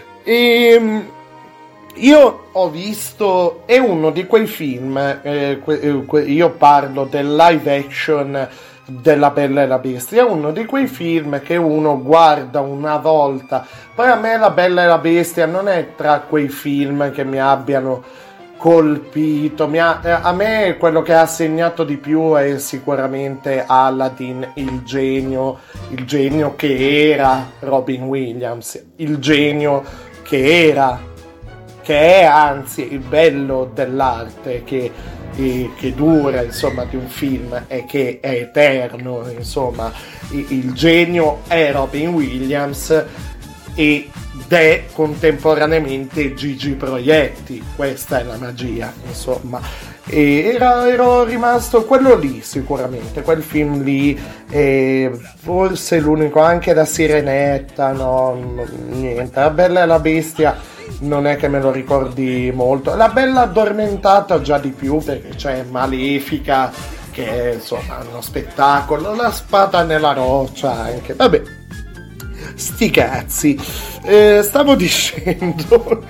Io ho visto, è uno di quei film, io parlo del live action della Bella e la Bestia, è uno di quei film che uno guarda una volta. Poi a me la Bella e la Bestia non è tra quei film che mi abbiano colpito, a me quello che ha segnato di più è sicuramente Aladdin, il genio che era Robin Williams, il genio che è anzi il bello dell'arte che dura, insomma, di un film e che è eterno, insomma. Il genio è Robin Williams ed è contemporaneamente Gigi Proietti, questa è la magia, insomma. E ero rimasto quello lì, sicuramente quel film lì, forse l'unico, anche la Sirenetta, no, niente. La Bella e la Bestia non è che me lo ricordi molto. La Bella Addormentata già di più, perché c'è Malefica che è, insomma, uno spettacolo. La Spada nella roccia anche, vabbè, sti cazzi. Stavo dicendo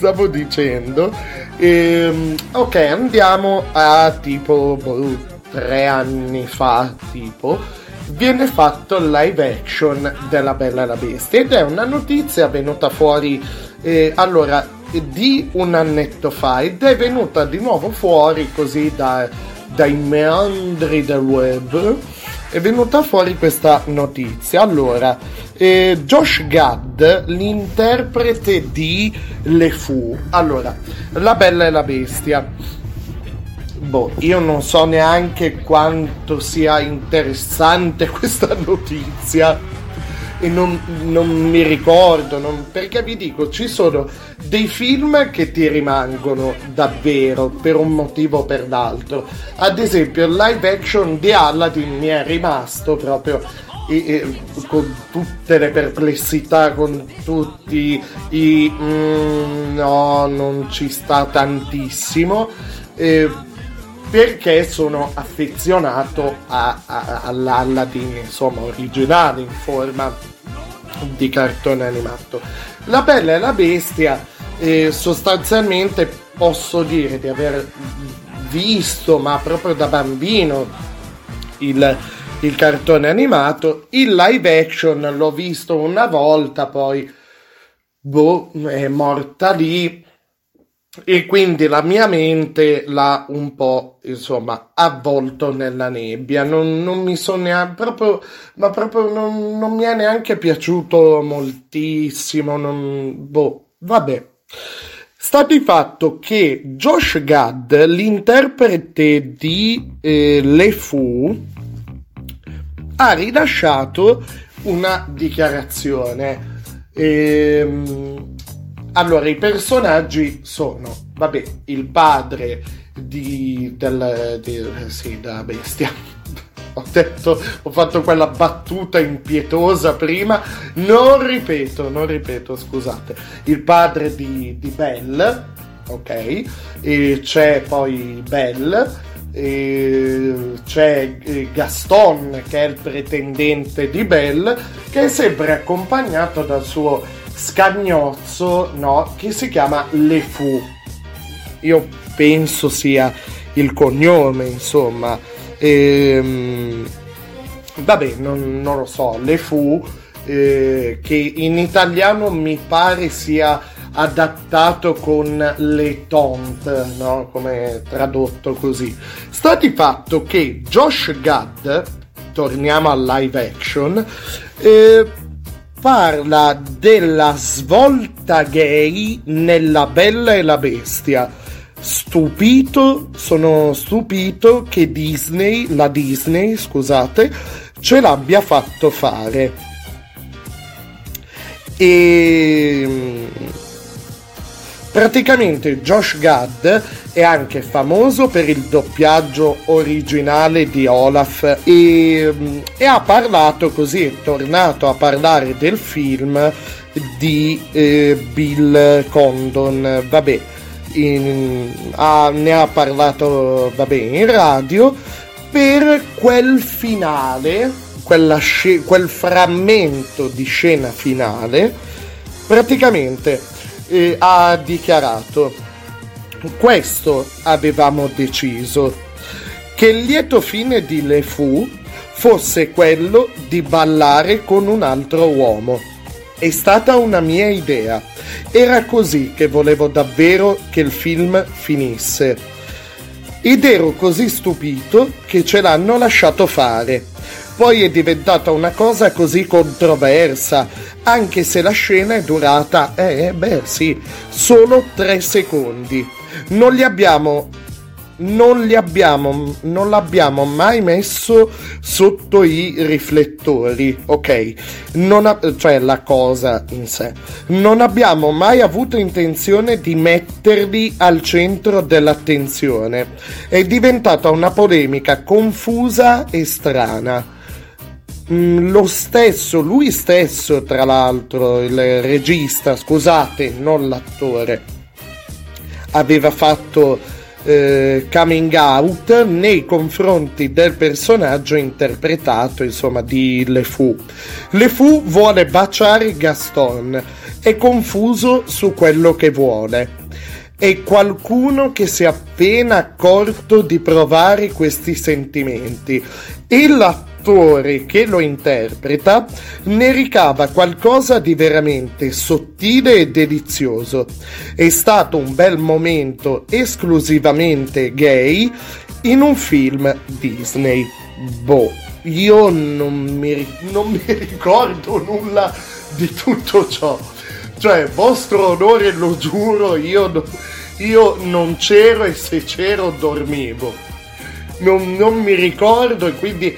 ok, andiamo a tipo 3 anni fa, tipo viene fatto il live action della Bella e la Bestia, ed è una notizia venuta fuori allora di un annetto fa, ed è venuta di nuovo fuori così dai meandri del web. È venuta fuori questa notizia. Allora, Josh Gad, l'interprete di Le Fou. Allora, La Bella e la Bestia. Io non so neanche quanto sia interessante questa notizia e non mi ricordo, perché vi dico, ci sono dei film che ti rimangono davvero per un motivo o per l'altro. Ad esempio il live action di Aladdin mi è rimasto proprio con tutte le perplessità, con tutti no, non ci sta tantissimo, perché sono affezionato all'Aladdin, insomma, originale, in forma di cartone animato. La Bella e la Bestia, sostanzialmente posso dire di aver visto, ma proprio da bambino, il cartone animato. Il live action l'ho visto una volta, poi è morta lì, e quindi la mia mente l'ha un po', insomma, avvolto nella nebbia. Non mi sono neanche proprio non mi è neanche piaciuto moltissimo. Vabbè. Sta di fatto che Josh Gad, l'interprete di Le Fou, ha rilasciato una dichiarazione. Allora, i personaggi sono, il padre della bestia. Ho fatto quella battuta impietosa prima. Non ripeto, scusate. Il padre di Belle, ok? E c'è poi Belle, e c'è Gaston, che è il pretendente di Belle, che è sempre accompagnato dal suo scagnozzo, no, che si chiama Le Fou. Io penso sia il cognome, insomma. Vabbè, non lo so. Le Fou, che in italiano mi pare sia adattato con le taunt, no? Come tradotto così. Sta di fatto che Josh Gad, torniamo al live action, parla della svolta gay nella Bella e la Bestia. Sono stupito che la Disney, scusate, ce l'abbia fatto fare. E praticamente Josh Gad è anche famoso per il doppiaggio originale di Olaf e ha parlato così, è tornato a parlare del film di Bill Condon, vabbè, ne ha parlato, vabbè, in radio per quel finale, quel frammento di scena finale. Praticamente ha dichiarato: questo avevamo deciso, che il lieto fine di Le Fou fosse quello di ballare con un altro uomo. È stata una mia idea, era così che volevo davvero che il film finisse, ed ero così stupito che ce l'hanno lasciato fare. Poi è diventata una cosa così controversa, anche se la scena è durata, solo 3 secondi. Non l'abbiamo mai messo sotto i riflettori, ok? Cioè la cosa in sé. Non abbiamo mai avuto intenzione di metterli al centro dell'attenzione. È diventata una polemica confusa e strana. Lui stesso, tra l'altro, il regista, scusate, non l'attore, aveva fatto coming out nei confronti del personaggio interpretato, insomma, di Le Fou. Le Fou vuole baciare Gaston, è confuso su quello che vuole. È qualcuno che si è appena accorto di provare questi sentimenti e l'attore che lo interpreta ne ricava qualcosa di veramente sottile e delizioso. È stato un bel momento esclusivamente gay in un film Disney. Io non mi ricordo nulla di tutto ciò. Cioè, vostro onore, lo giuro, io non c'ero, e se c'ero dormivo. Non mi ricordo, e quindi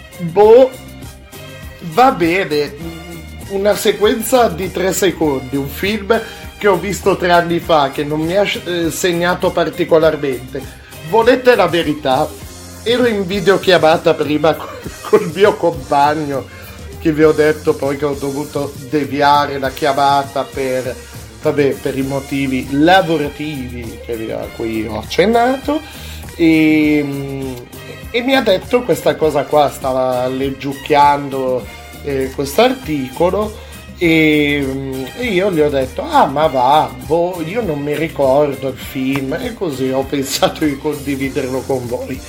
va bene. Una sequenza di 3 secondi, un film che ho visto 3 anni fa, che non mi ha segnato particolarmente. Volete la verità? Ero in videochiamata prima col mio compagno, che vi ho detto poi che ho dovuto deviare la chiamata per i motivi lavorativi a cui ho accennato, e mi ha detto questa cosa qua, stava leggiucchiando questo articolo, e io gli ho detto: io non mi ricordo il film, e così ho pensato di condividerlo con voi.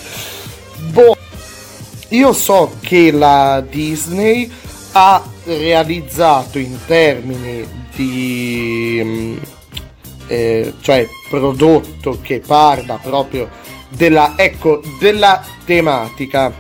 Io so che la Disney ha realizzato, in termini di cioè prodotto che parla proprio della tematica,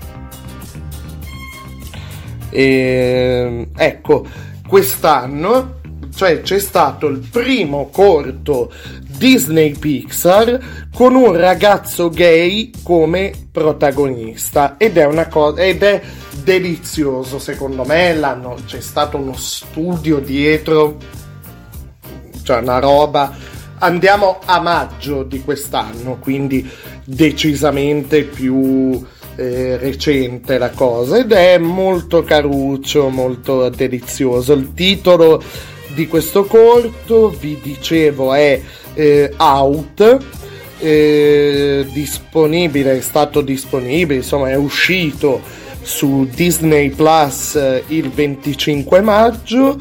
quest'anno, cioè, c'è stato il primo corto Disney Pixar con un ragazzo gay come protagonista, ed è delizioso, secondo me. C'è stato uno studio dietro, cioè una roba. Andiamo a maggio di quest'anno, quindi decisamente più recente la cosa, ed è molto caruccio, molto delizioso. Il titolo di questo corto, vi dicevo, è Out, è stato disponibile, insomma è uscito su Disney Plus il 25 maggio.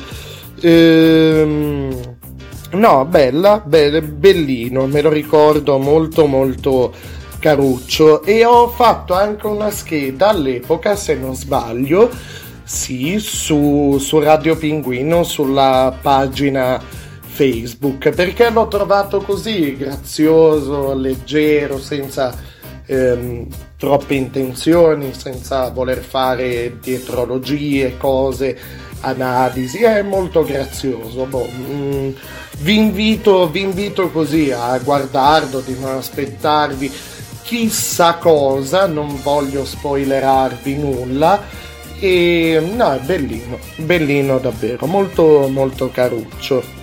Bellino, me lo ricordo, molto molto caruccio, e ho fatto anche una scheda all'epoca, se non sbaglio, sì, su Radio Pinguino, sulla pagina Facebook, perché l'ho trovato così grazioso, leggero, senza troppe intenzioni, senza voler fare dietrologie, cose, analisi. È molto grazioso. Vi invito così a guardarlo, di non aspettarvi chissà cosa, non voglio spoilerarvi nulla. E no, è bellino davvero, molto molto caruccio.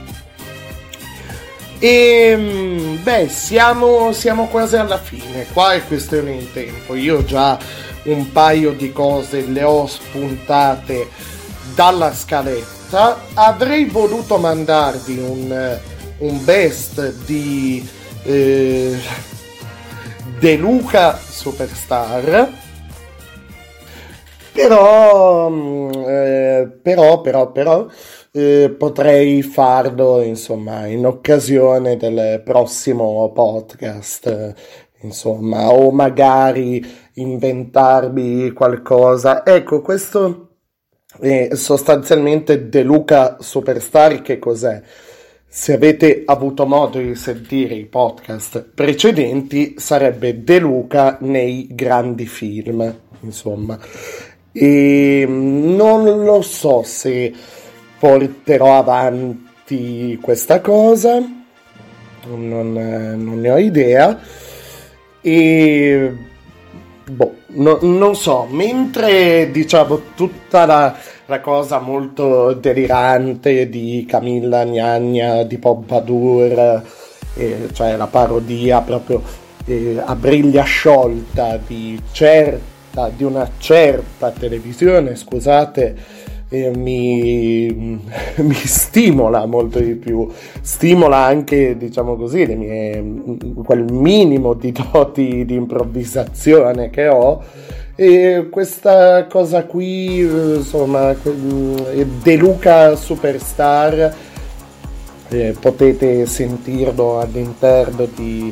E siamo quasi alla fine. Qua è questione di tempo. Io già un paio di cose le ho spuntate dalla scaletta. Avrei voluto mandarvi un best di De Luca Superstar, però potrei farlo, insomma, in occasione del prossimo podcast, insomma, o magari inventarmi qualcosa. Ecco, questo è sostanzialmente De Luca Superstar. Che cos'è? Se avete avuto modo di sentire i podcast precedenti, sarebbe De Luca nei grandi film, insomma. E non lo so se porterò avanti questa cosa, non ne ho idea, e non so, mentre diciamo tutta la cosa molto delirante di Camilla Gnagna di Pompadour, cioè la parodia proprio a briglia sciolta di una certa televisione, scusate, mi stimola molto di più, stimola anche, diciamo così, quel minimo di doti di improvvisazione che ho. E questa cosa qui, insomma, De Luca Superstar, potete sentirlo all'interno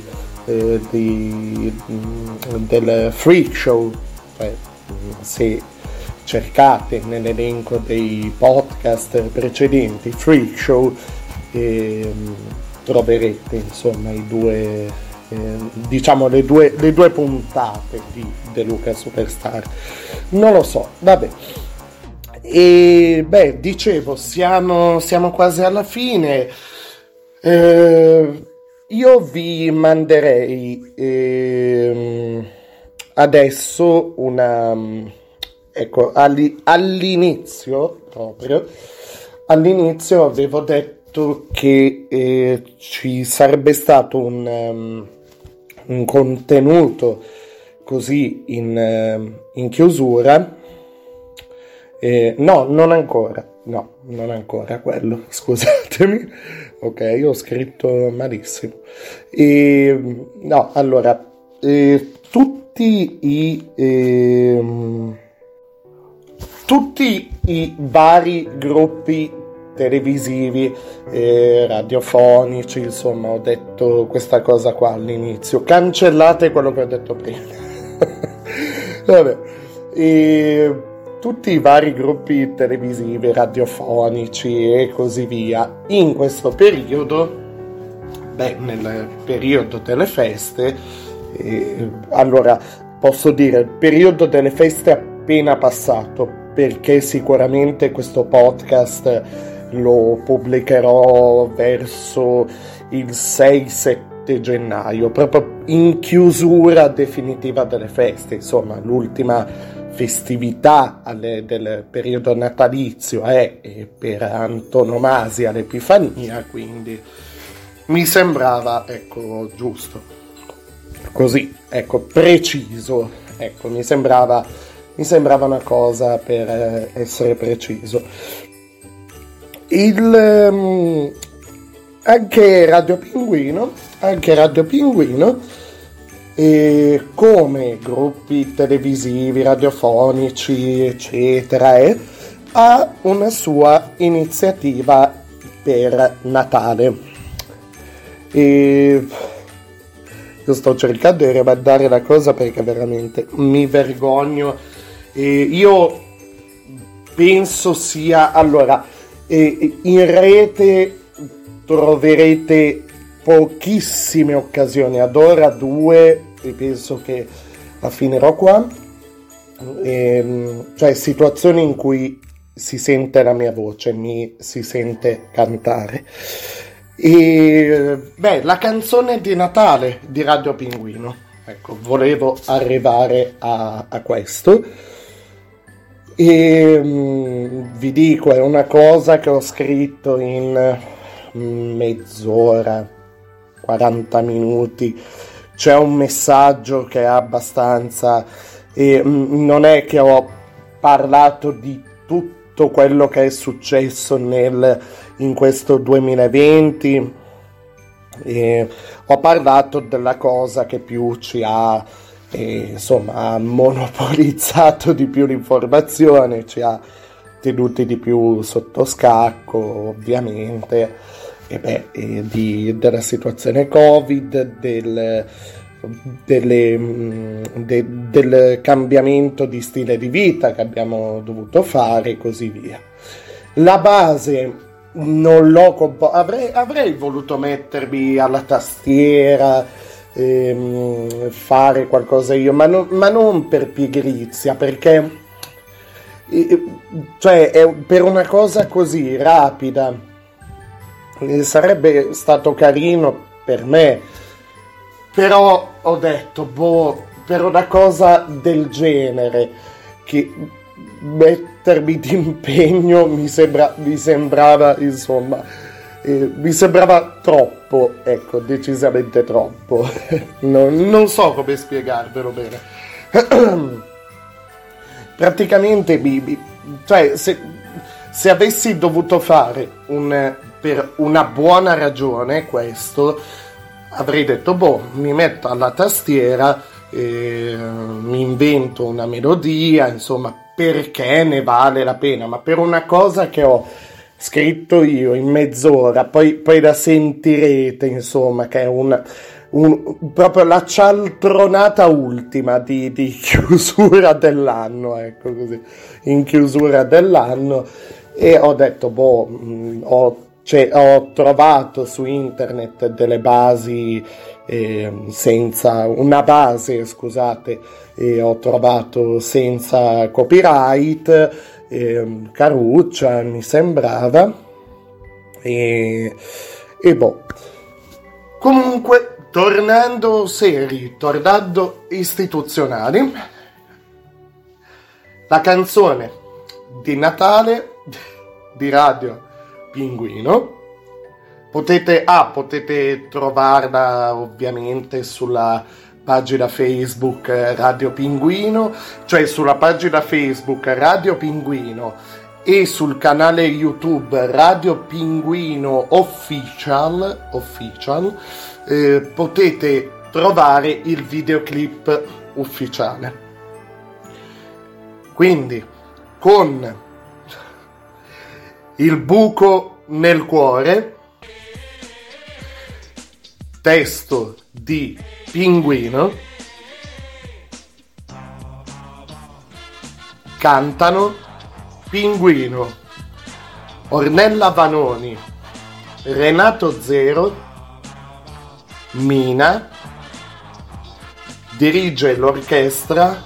del Freak Show, se cercate nell'elenco dei podcast precedenti Freak Show, troverete, insomma, i due, diciamo le due puntate di De Luca Superstar. Non lo so, vabbè. E dicevo, siamo quasi alla fine. Io vi manderei adesso ecco, all'inizio avevo detto che ci sarebbe stato un contenuto così in chiusura. No, non ancora quello, scusatemi. Ok, ho scritto malissimo. No, allora, tutti i vari gruppi televisivi, radiofonici, insomma, ho detto questa cosa qua all'inizio. Cancellate quello che ho detto prima. Vabbè. Tutti i vari gruppi televisivi, radiofonici e così via, in questo periodo, nel periodo delle feste, allora posso dire il periodo delle feste appena passato, perché sicuramente questo podcast lo pubblicherò verso il 6-7 gennaio, proprio in chiusura definitiva delle feste, insomma, l'ultima festività del periodo natalizio è per antonomasia l'Epifania, quindi mi sembrava, ecco, giusto, così, ecco, preciso, ecco, mi sembrava una cosa per essere preciso. Anche Radio Pinguino, e come gruppi televisivi, radiofonici, eccetera, ha una sua iniziativa per Natale. E io sto cercando di rimandare la cosa perché veramente mi vergogno. Io penso sia, allora, in rete troverete pochissime occasioni, ad ora 2 e penso che la finirò qua, cioè situazioni in cui si sente la mia voce, mi si sente cantare. E beh, la canzone di Natale di Radio Pinguino, ecco, volevo arrivare a questo. E vi dico, è una cosa che ho scritto in mezz'ora, 40 minuti. C'è un messaggio che è abbastanza, e non è che ho parlato di tutto quello che è successo in questo 2020, e ho parlato della cosa che più ci ha ha monopolizzato di più l'informazione, ci ha tenuti di più sotto scacco, ovviamente, della situazione Covid, del cambiamento di stile di vita che abbiamo dovuto fare e così via. La base non l'ho avrei voluto mettermi alla tastiera, fare qualcosa io, ma non per pigrizia, perché per una cosa così rapida sarebbe stato carino per me, però ho detto per una cosa del genere che mettermi d'impegno mi sembrava troppo, ecco, decisamente troppo. Non so come spiegarvelo bene. Praticamente se avessi dovuto fare per una buona ragione questo, avrei detto mi metto alla tastiera, mi invento una melodia, insomma, perché ne vale la pena. Ma per una cosa che ho scritto io in mezz'ora, poi la sentirete, insomma, che è proprio la cialtronata ultima di chiusura dell'anno, ecco, così, in chiusura dell'anno. E ho detto ho trovato su internet delle basi, ho trovato senza copyright, caruccia mi sembrava, comunque, tornando seri, tornando istituzionali, la canzone di Natale di Radio Pinguino potete trovarla ovviamente sulla pagina Facebook Radio Pinguino, cioè sulla pagina Facebook Radio Pinguino, e sul canale YouTube Radio Pinguino Official, potete trovare il videoclip ufficiale. Quindi, con Il buco nel cuore, testo di Pinguino, cantano Pinguino, Ornella Vanoni, Renato Zero, Mina, dirige l'orchestra,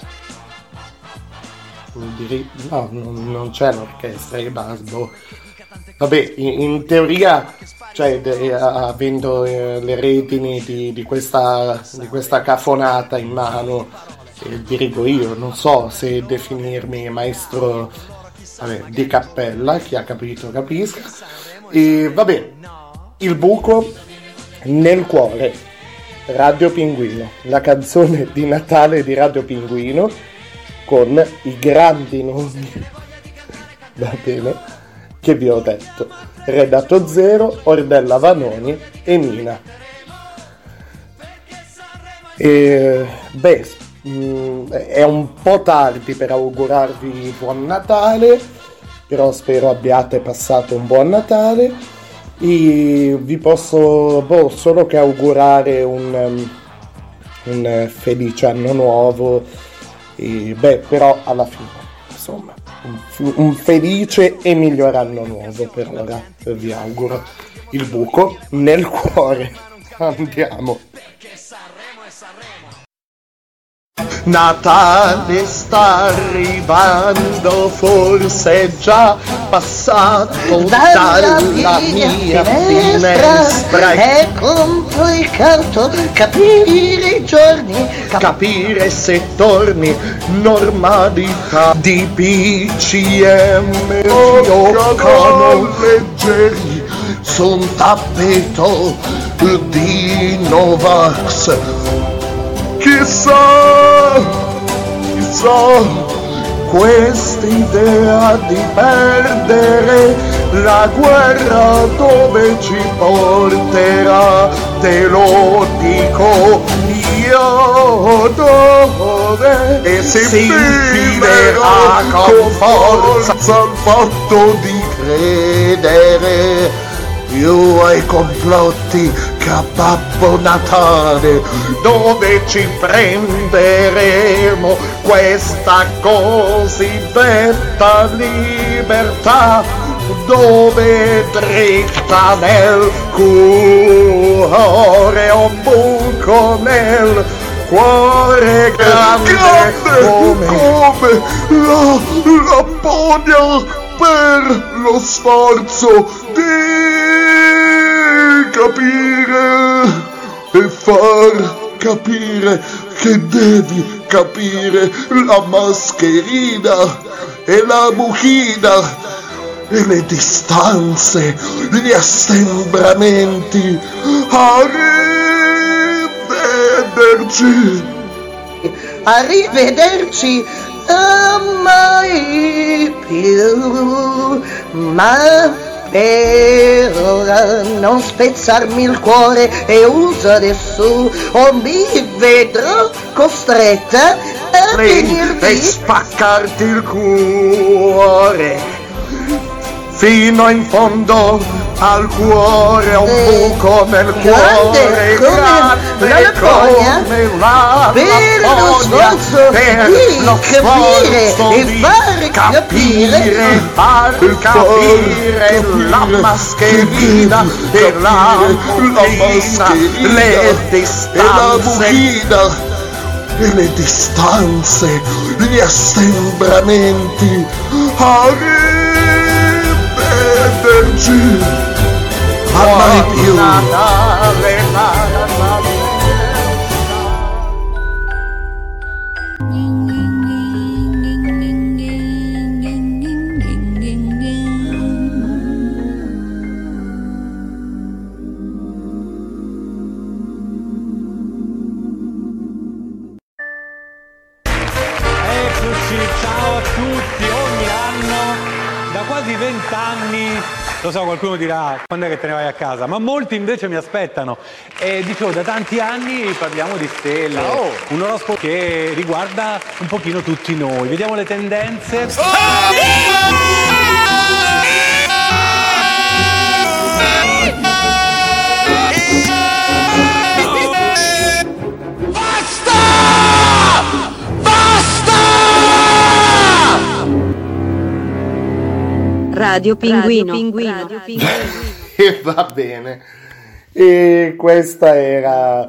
non c'è l'orchestra, vabbè, in teoria, cioè avendo le redini di questa cafonata in mano, dirigo io, non so se definirmi maestro di cappella, chi ha capito capisca. E vabbè, Il buco nel cuore, Radio Pinguino, la canzone di Natale di Radio Pinguino con i grandi nomi, va bene, che vi ho detto: Renato Zero, Ornella Vanoni e Mina. È un po' tardi per augurarvi buon Natale, però spero abbiate passato un buon Natale, e vi posso solo che augurare un felice anno nuovo, però alla fine, insomma, un felice e miglior anno nuovo per ora vi auguro. il buco nel cuore. Andiamo. Natale sta arrivando, forse è già passato dalla mia finestra e contro il cartone capire i giorni, capire se torni normalità di BCM fioccano leggeri su un tappeto di Novax. Chissà, quest'idea di perdere la guerra dove ci porterà, te lo dico io dove, e si infilerà con forza al fatto di credere più ai complotti che a Babbo Natale, dove ci prenderemo questa cosiddetta libertà, dove dritta nel cuore un buco nel cuore grande come la Lapponia, per lo sforzo di capire e far capire che devi capire la mascherina e la mucchina e le distanze, gli assembramenti. Arrivederci, mai più, ma per ora non spezzarmi il cuore e usare su, o mi vedrò costretta a venirvi e spaccarti il cuore fino in fondo al cuore, un buco nel cuore grande la Lapponia, per lo sforzo di capire e far capire la mascherina e la mucchina, le distanze, gli assembramenti. Arrivederci, ma mai più. Ciao a tutti, ogni anno, da quasi 20 anni, lo so, qualcuno dirà quando è che te ne vai a casa, ma molti invece mi aspettano. E dicevo, da tanti anni parliamo di stelle, un oroscopo che riguarda un pochino tutti noi. Vediamo le tendenze. Radio Pinguino. E va bene. E questa era...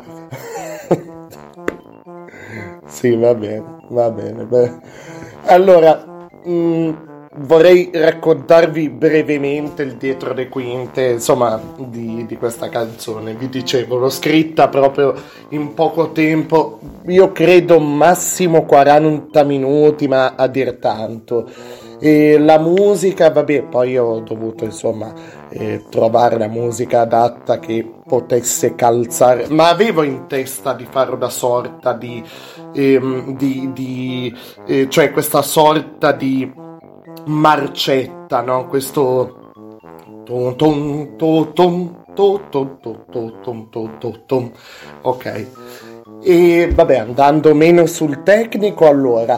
Sì, va bene. Beh. Allora, vorrei raccontarvi brevemente il dietro le quinte, insomma, di questa canzone. Vi dicevo, l'ho scritta proprio in poco tempo, io credo massimo 40 minuti, ma a dir tanto. E la musica, vabbè, poi ho dovuto insomma trovare la musica adatta che potesse calzare, ma avevo in testa di fare una sorta cioè questa sorta di marcetta, no? Questo ok. E vabbè, andando meno sul tecnico, allora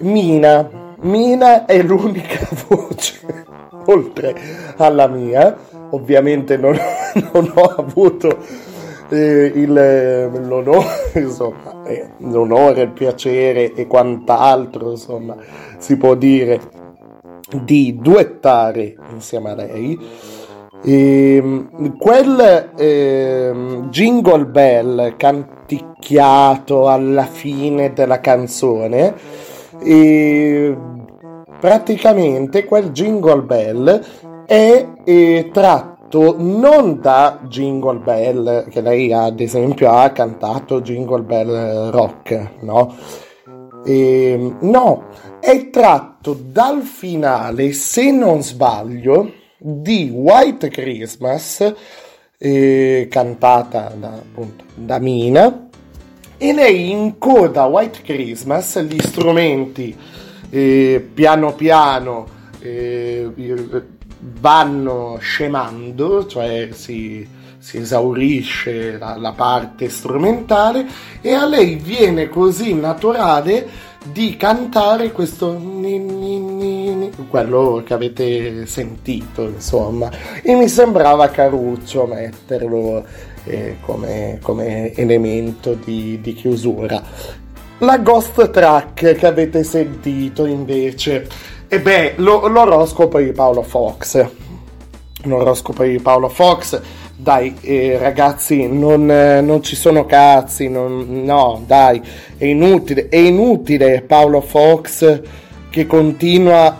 Mina è l'unica voce, oltre alla mia, ovviamente non ho avuto l'onore, insomma, l'onore, il piacere e quant'altro, insomma, si può dire, di duettare insieme a lei. Quel jingle bell canticchiato alla fine della canzone, praticamente quel jingle bell è tratto non da Jingle Bell, che lei ad esempio ha cantato Jingle Bell Rock, no? No, è tratto dal finale, se non sbaglio, di White Christmas, cantata appunto da Mina, e lei in coda a White Christmas gli strumenti piano piano vanno scemando, cioè si esaurisce la parte strumentale, e a lei viene così naturale di cantare questo quello che avete sentito, insomma, e mi sembrava caruccio metterlo come elemento di chiusura. La ghost track che avete sentito invece, l'oroscopo di Paolo Fox. L'oroscopo di Paolo Fox, dai, ragazzi, non ci sono cazzi, no, dai, è inutile Paolo Fox che continua,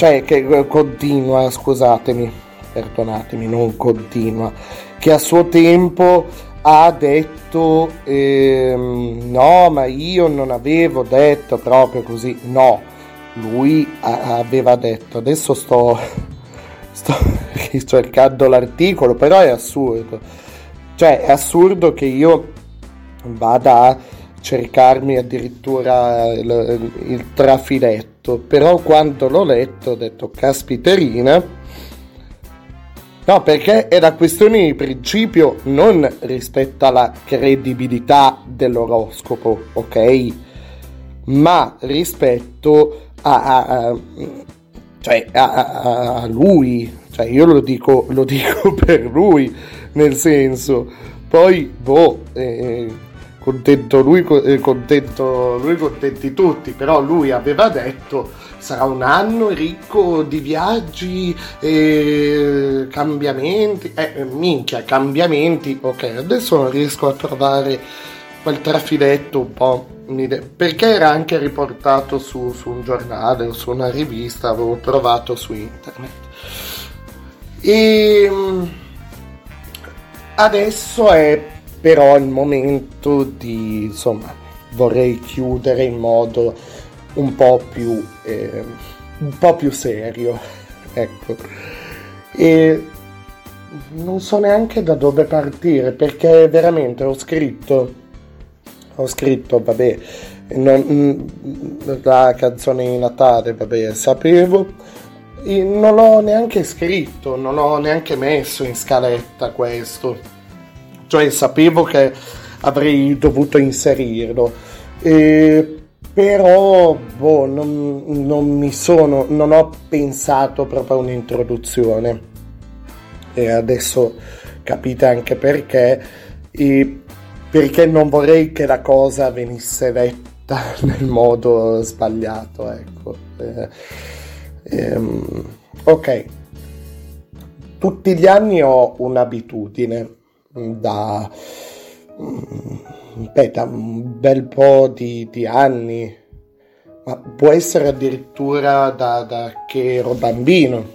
scusatemi, perdonatemi, non continua, che a suo tempo ha detto no, ma io non avevo detto proprio così, no, lui aveva detto, adesso sto cercando l'articolo, però è assurdo, cioè è assurdo che io vada a cercarmi addirittura il trafiletto, però quando l'ho letto ho detto caspiterina, no, perché è la questione di principio non rispetto alla credibilità dell'oroscopo, ok, ma rispetto a lui, cioè io lo dico per lui, nel senso, poi contento lui, contenti tutti, però lui aveva detto sarà un anno ricco di viaggi e cambiamenti, minchia, cambiamenti, ok, adesso non riesco a trovare quel trafiletto un po', perché era anche riportato su un giornale o su una rivista, avevo trovato su internet. E adesso è però il momento di, insomma, vorrei chiudere in modo un po' più serio, ecco, e non so neanche da dove partire, perché veramente ho scritto vabbè, la canzone di Natale, vabbè, sapevo, non l'ho neanche scritto, non l'ho neanche messo in scaletta questo, cioè sapevo che avrei dovuto inserirlo, però non ho pensato proprio a un'introduzione, e adesso capite anche perché non vorrei che la cosa venisse letta nel modo sbagliato, ecco. Ok, tutti gli anni ho un'abitudine da un bel po' di anni, ma può essere addirittura da che ero bambino,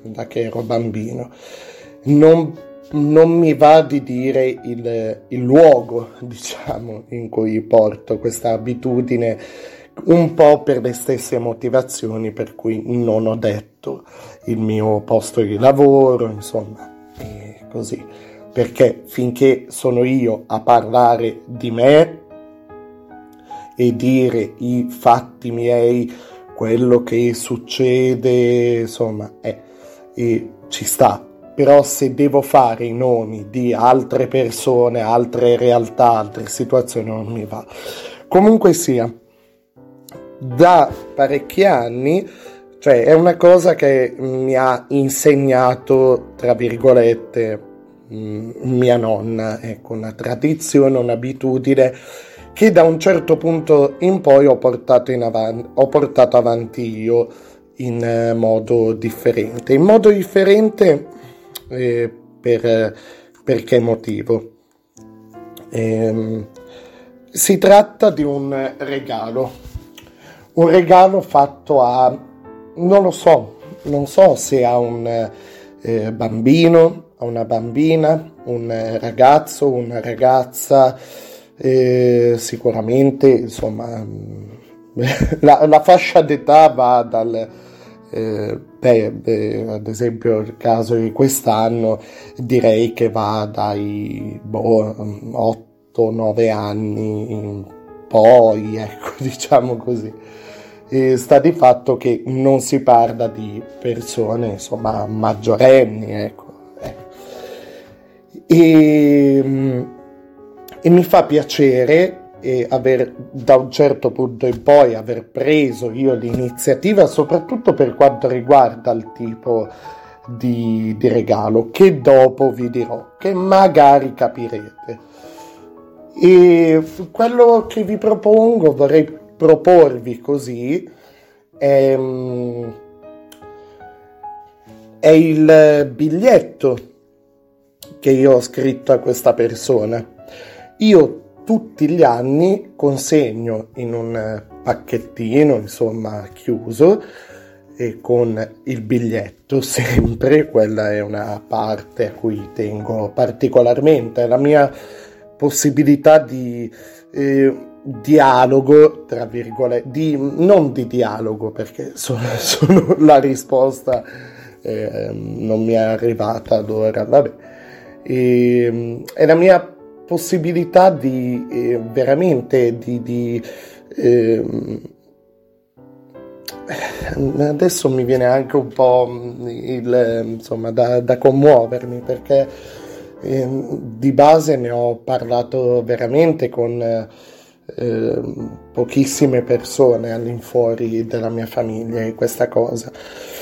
non mi va di dire il luogo, diciamo, in cui porto questa abitudine, un po' per le stesse motivazioni per cui non ho detto il mio posto di lavoro, insomma, e così, perché finché sono io a parlare di me e dire i fatti miei, quello che succede, insomma, e ci sta. Però se devo fare i nomi di altre persone, altre realtà, altre situazioni, non mi va. Comunque sia, da parecchi anni, cioè è una cosa che mi ha insegnato, tra virgolette, mia nonna, ecco, una tradizione, un'abitudine che da un certo punto in poi ho portato avanti io in modo differente. per che motivo. Si tratta di un regalo fatto a, non so se a un bambino, a una bambina, un ragazzo, una ragazza, sicuramente, insomma, la fascia d'età va dal ad esempio il caso di quest'anno direi che va dai 8-9 anni in poi, ecco, diciamo così. Sta di fatto che non si parla di persone, insomma, maggiorenni, ecco. E mi fa piacere da un certo punto in poi aver preso io l'iniziativa, soprattutto per quanto riguarda il tipo di regalo, che dopo vi dirò, che magari capirete. E quello che vi propongo, vorrei proporvi così, è il biglietto che io ho scritto a questa persona. Io tutti gli anni consegno in un pacchettino, insomma, chiuso, e con il biglietto sempre. Quella è una parte a cui tengo particolarmente, è la mia possibilità di dialogo, tra virgolette, non di dialogo, perché sono la risposta non mi è arrivata ad ora, vabbè. È la mia possibilità di veramente adesso mi viene anche un po' insomma da commuovermi, perché di base ne ho parlato veramente con pochissime persone all'infuori della mia famiglia di questa cosa.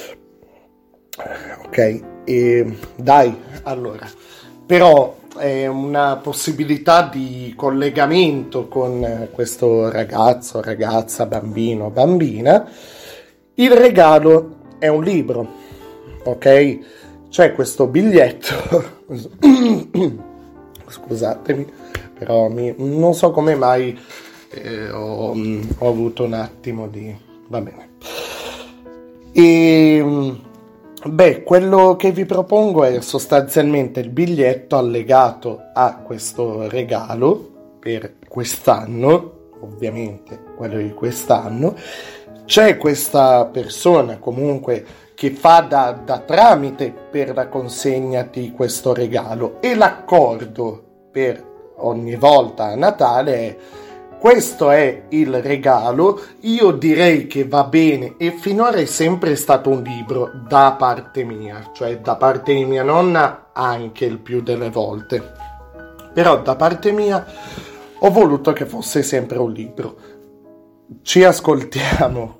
Ok, dai, allora, però è una possibilità di collegamento con questo ragazzo, ragazza, bambino, bambina. Il regalo è un libro, ok? C'è questo biglietto, scusatemi, però non so come mai ho avuto un attimo di... va bene. Quello che vi propongo è sostanzialmente il biglietto allegato a questo regalo per quest'anno, ovviamente quello di quest'anno. C'è questa persona comunque che fa da tramite per la consegna di questo regalo, e l'accordo per ogni volta a Natale è: questo è il regalo, io direi che va bene, e finora è sempre stato un libro da parte mia, cioè da parte di mia nonna anche il più delle volte, però da parte mia ho voluto che fosse sempre un libro. Ci ascoltiamo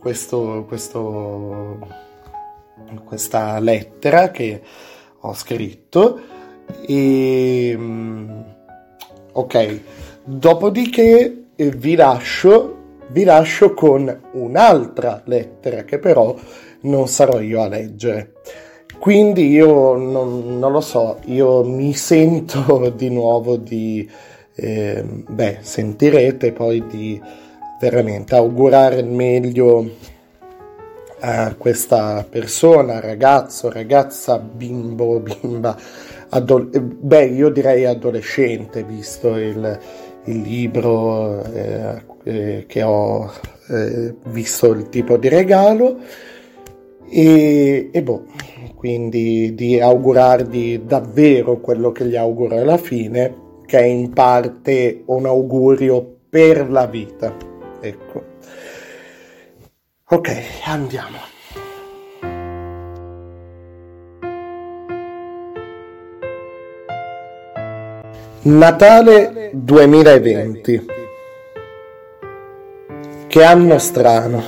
questa lettera che ho scritto e ok, dopodiché vi lascio con un'altra lettera che però non sarò io a leggere, quindi io non lo so, io mi sento di nuovo di sentirete poi di veramente augurare il meglio a questa persona, ragazzo, ragazza, bimbo, bimba, io direi adolescente, visto il libro che ho visto il tipo di regalo, quindi di augurargli davvero quello che gli auguro alla fine, che è in parte un augurio per la vita, ecco. Ok, andiamo. Natale 2020. Che anno strano.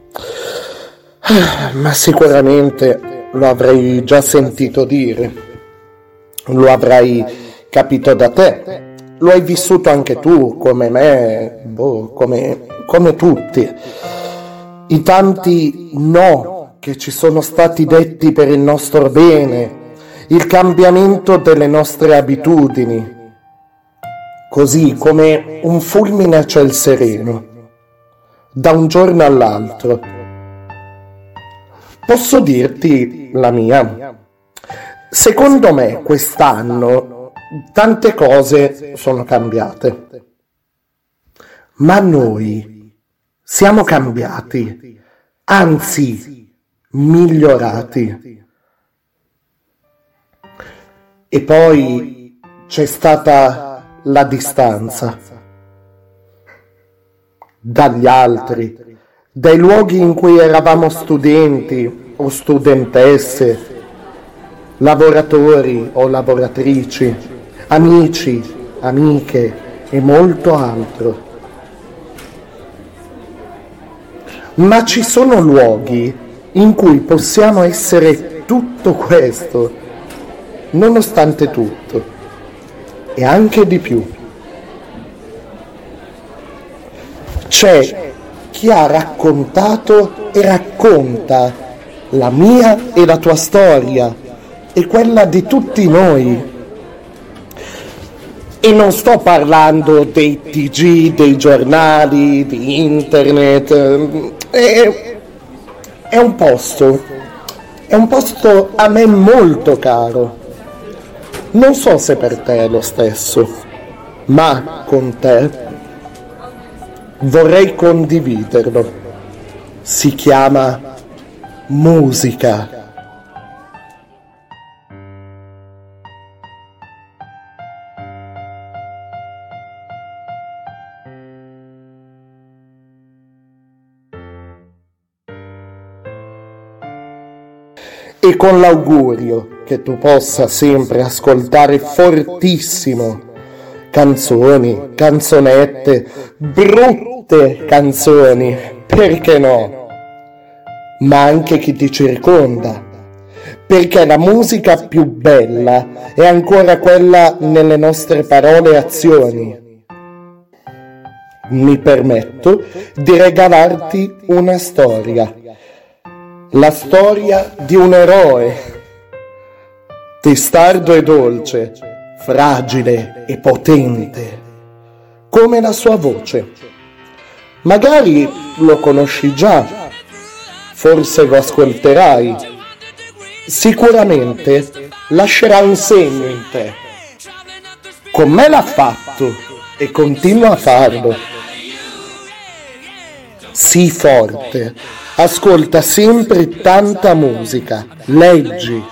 Ma sicuramente lo avrei già sentito dire. Lo avrai capito da te. Lo hai vissuto anche tu, come me, come tutti. I tanti no che ci sono stati detti per il nostro bene, il cambiamento delle nostre abitudini, così come un fulmine a ciel sereno, da un giorno all'altro. Posso dirti la mia? Secondo me quest'anno tante cose sono cambiate, ma noi siamo cambiati, anzi migliorati. E poi c'è stata la distanza dagli altri, dai luoghi in cui eravamo studenti o studentesse, lavoratori o lavoratrici, amici, amiche e molto altro. Ma ci sono luoghi in cui possiamo essere tutto questo, nonostante tutto, e anche di più. C'è chi ha raccontato e racconta la mia e la tua storia e quella di tutti noi. E non sto parlando dei TG, dei giornali, di internet. È un posto a me molto caro. Non so se per te è lo stesso, ma con te vorrei condividerlo. Si chiama musica. E con l'augurio che tu possa sempre ascoltare fortissimo canzoni, canzonette, brutte canzoni, perché no? Ma anche chi ti circonda, perché la musica più bella è ancora quella nelle nostre parole e azioni. Mi permetto di regalarti una storia. La storia di un eroe, testardo e dolce, fragile e potente, come la sua voce. Magari lo conosci già, forse lo ascolterai, sicuramente lascerà un segno in te. Con me l'ha fatto e continua a farlo. Sii forte, ascolta sempre tanta musica, leggi.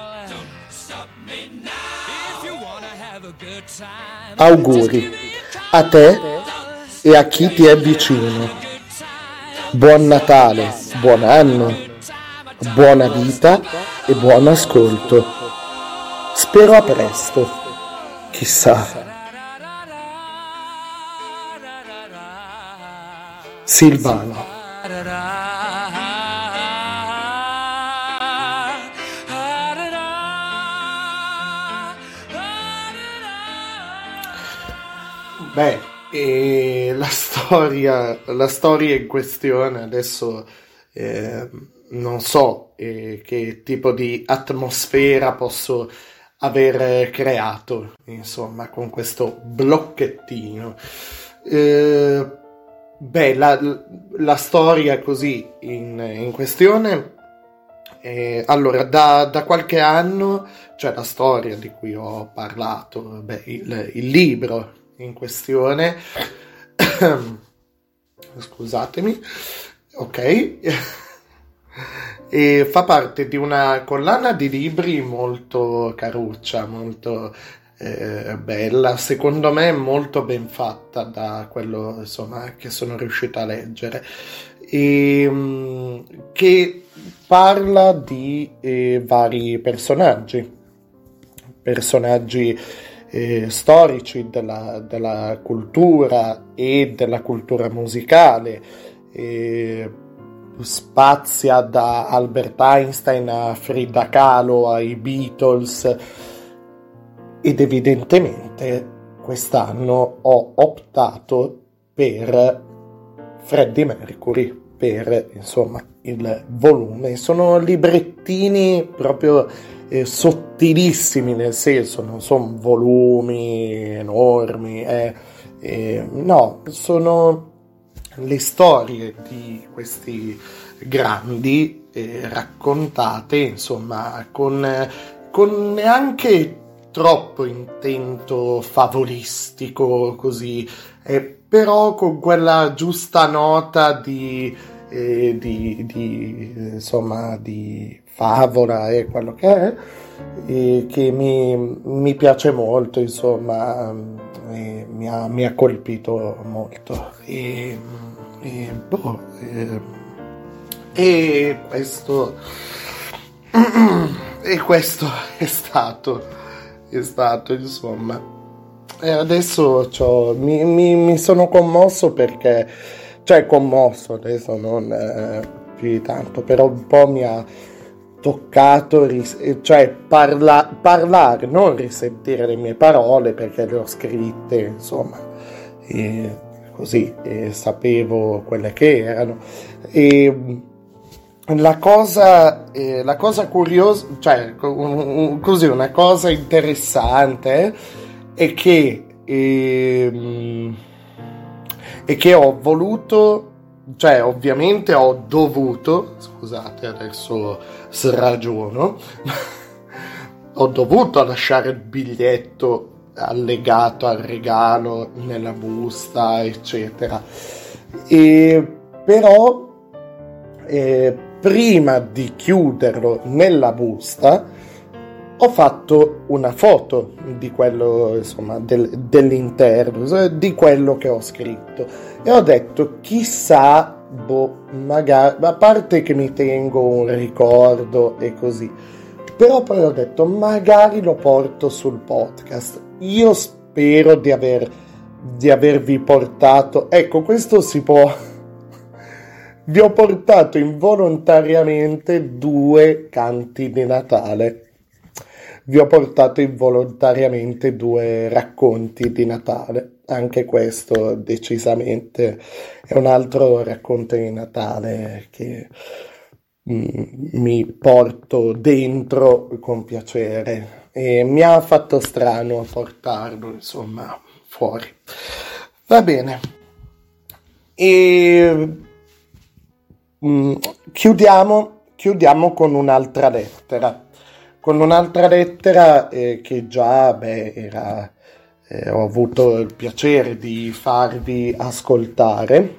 Auguri a te e a chi ti è vicino. Buon Natale, buon anno, buona vita e buon ascolto. Spero a presto, chissà. Silvano. Beh, la storia in questione adesso non so che tipo di atmosfera posso aver creato, insomma, con questo blocchettino. Beh, la storia così in questione, allora da qualche anno, cioè la storia di cui ho parlato, beh, il libro in questione, scusatemi, ok, e fa parte di una collana di libri molto caruccia, molto bella, secondo me molto ben fatta da quello, insomma, che sono riuscito a leggere, e che parla di vari personaggi storici della cultura e della cultura musicale, spazia da Albert Einstein a Frida Kahlo ai Beatles, ed evidentemente quest'anno ho optato per Freddie Mercury, per, insomma, il volume. Sono librettini proprio sottilissimi, nel senso non sono volumi enormi, no, sono le storie di questi grandi raccontate, insomma, con neanche troppo intento favolistico, così, però con quella giusta nota di insomma, di favola e quello che è, che mi piace molto, insomma, mi ha colpito molto, e questo è stato, insomma. E adesso mi sono commosso perché, cioè commosso adesso non più di tanto, però un po' mi ha toccato, cioè parlare, non risentire le mie parole perché le ho scritte, insomma, e così, e sapevo quelle che erano. E la cosa curiosa, cioè così, una cosa interessante è che ho voluto, cioè ovviamente ho dovuto, scusate adesso sragiono, ho dovuto lasciare il biglietto allegato al regalo nella busta, eccetera, però prima di chiuderlo nella busta ho fatto una foto di quello, insomma, dell'interno, di quello che ho scritto, e ho detto chissà, magari, a parte che mi tengo un ricordo e così, però poi ho detto magari lo porto sul podcast. Io spero di avervi portato, ecco, questo si può. Vi ho portato involontariamente 2 canti di Natale. Vi ho portato involontariamente 2 racconti di Natale. Anche questo decisamente è un altro racconto di Natale che mi porto dentro con piacere, e mi ha fatto strano portarlo, insomma, fuori. Va bene. E chiudiamo con un'altra lettera. Che già ho avuto il piacere di farvi ascoltare.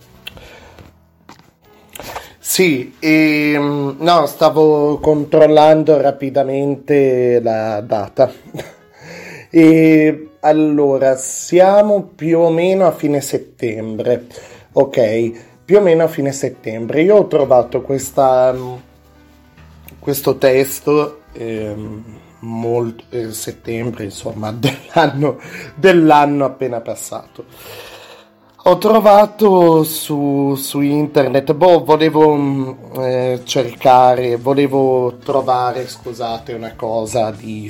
Sì, no, stavo controllando rapidamente la data. E allora, siamo più o meno a fine settembre, ok? Più o meno a fine settembre. Io ho trovato questo testo settembre, insomma, dell'anno appena passato. Ho trovato su internet, volevo trovare, scusate, una cosa di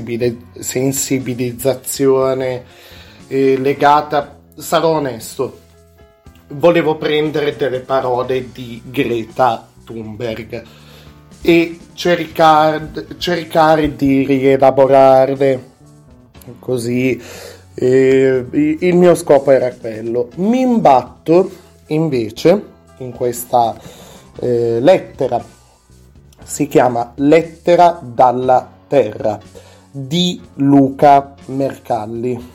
sensibilizzazione legata, sarò onesto, volevo prendere delle parole di Greta Thunberg e cercare di rielaborarle, così. Il mio scopo era quello. Mi imbatto invece in questa lettera, si chiama Lettera dalla Terra di Luca Mercalli,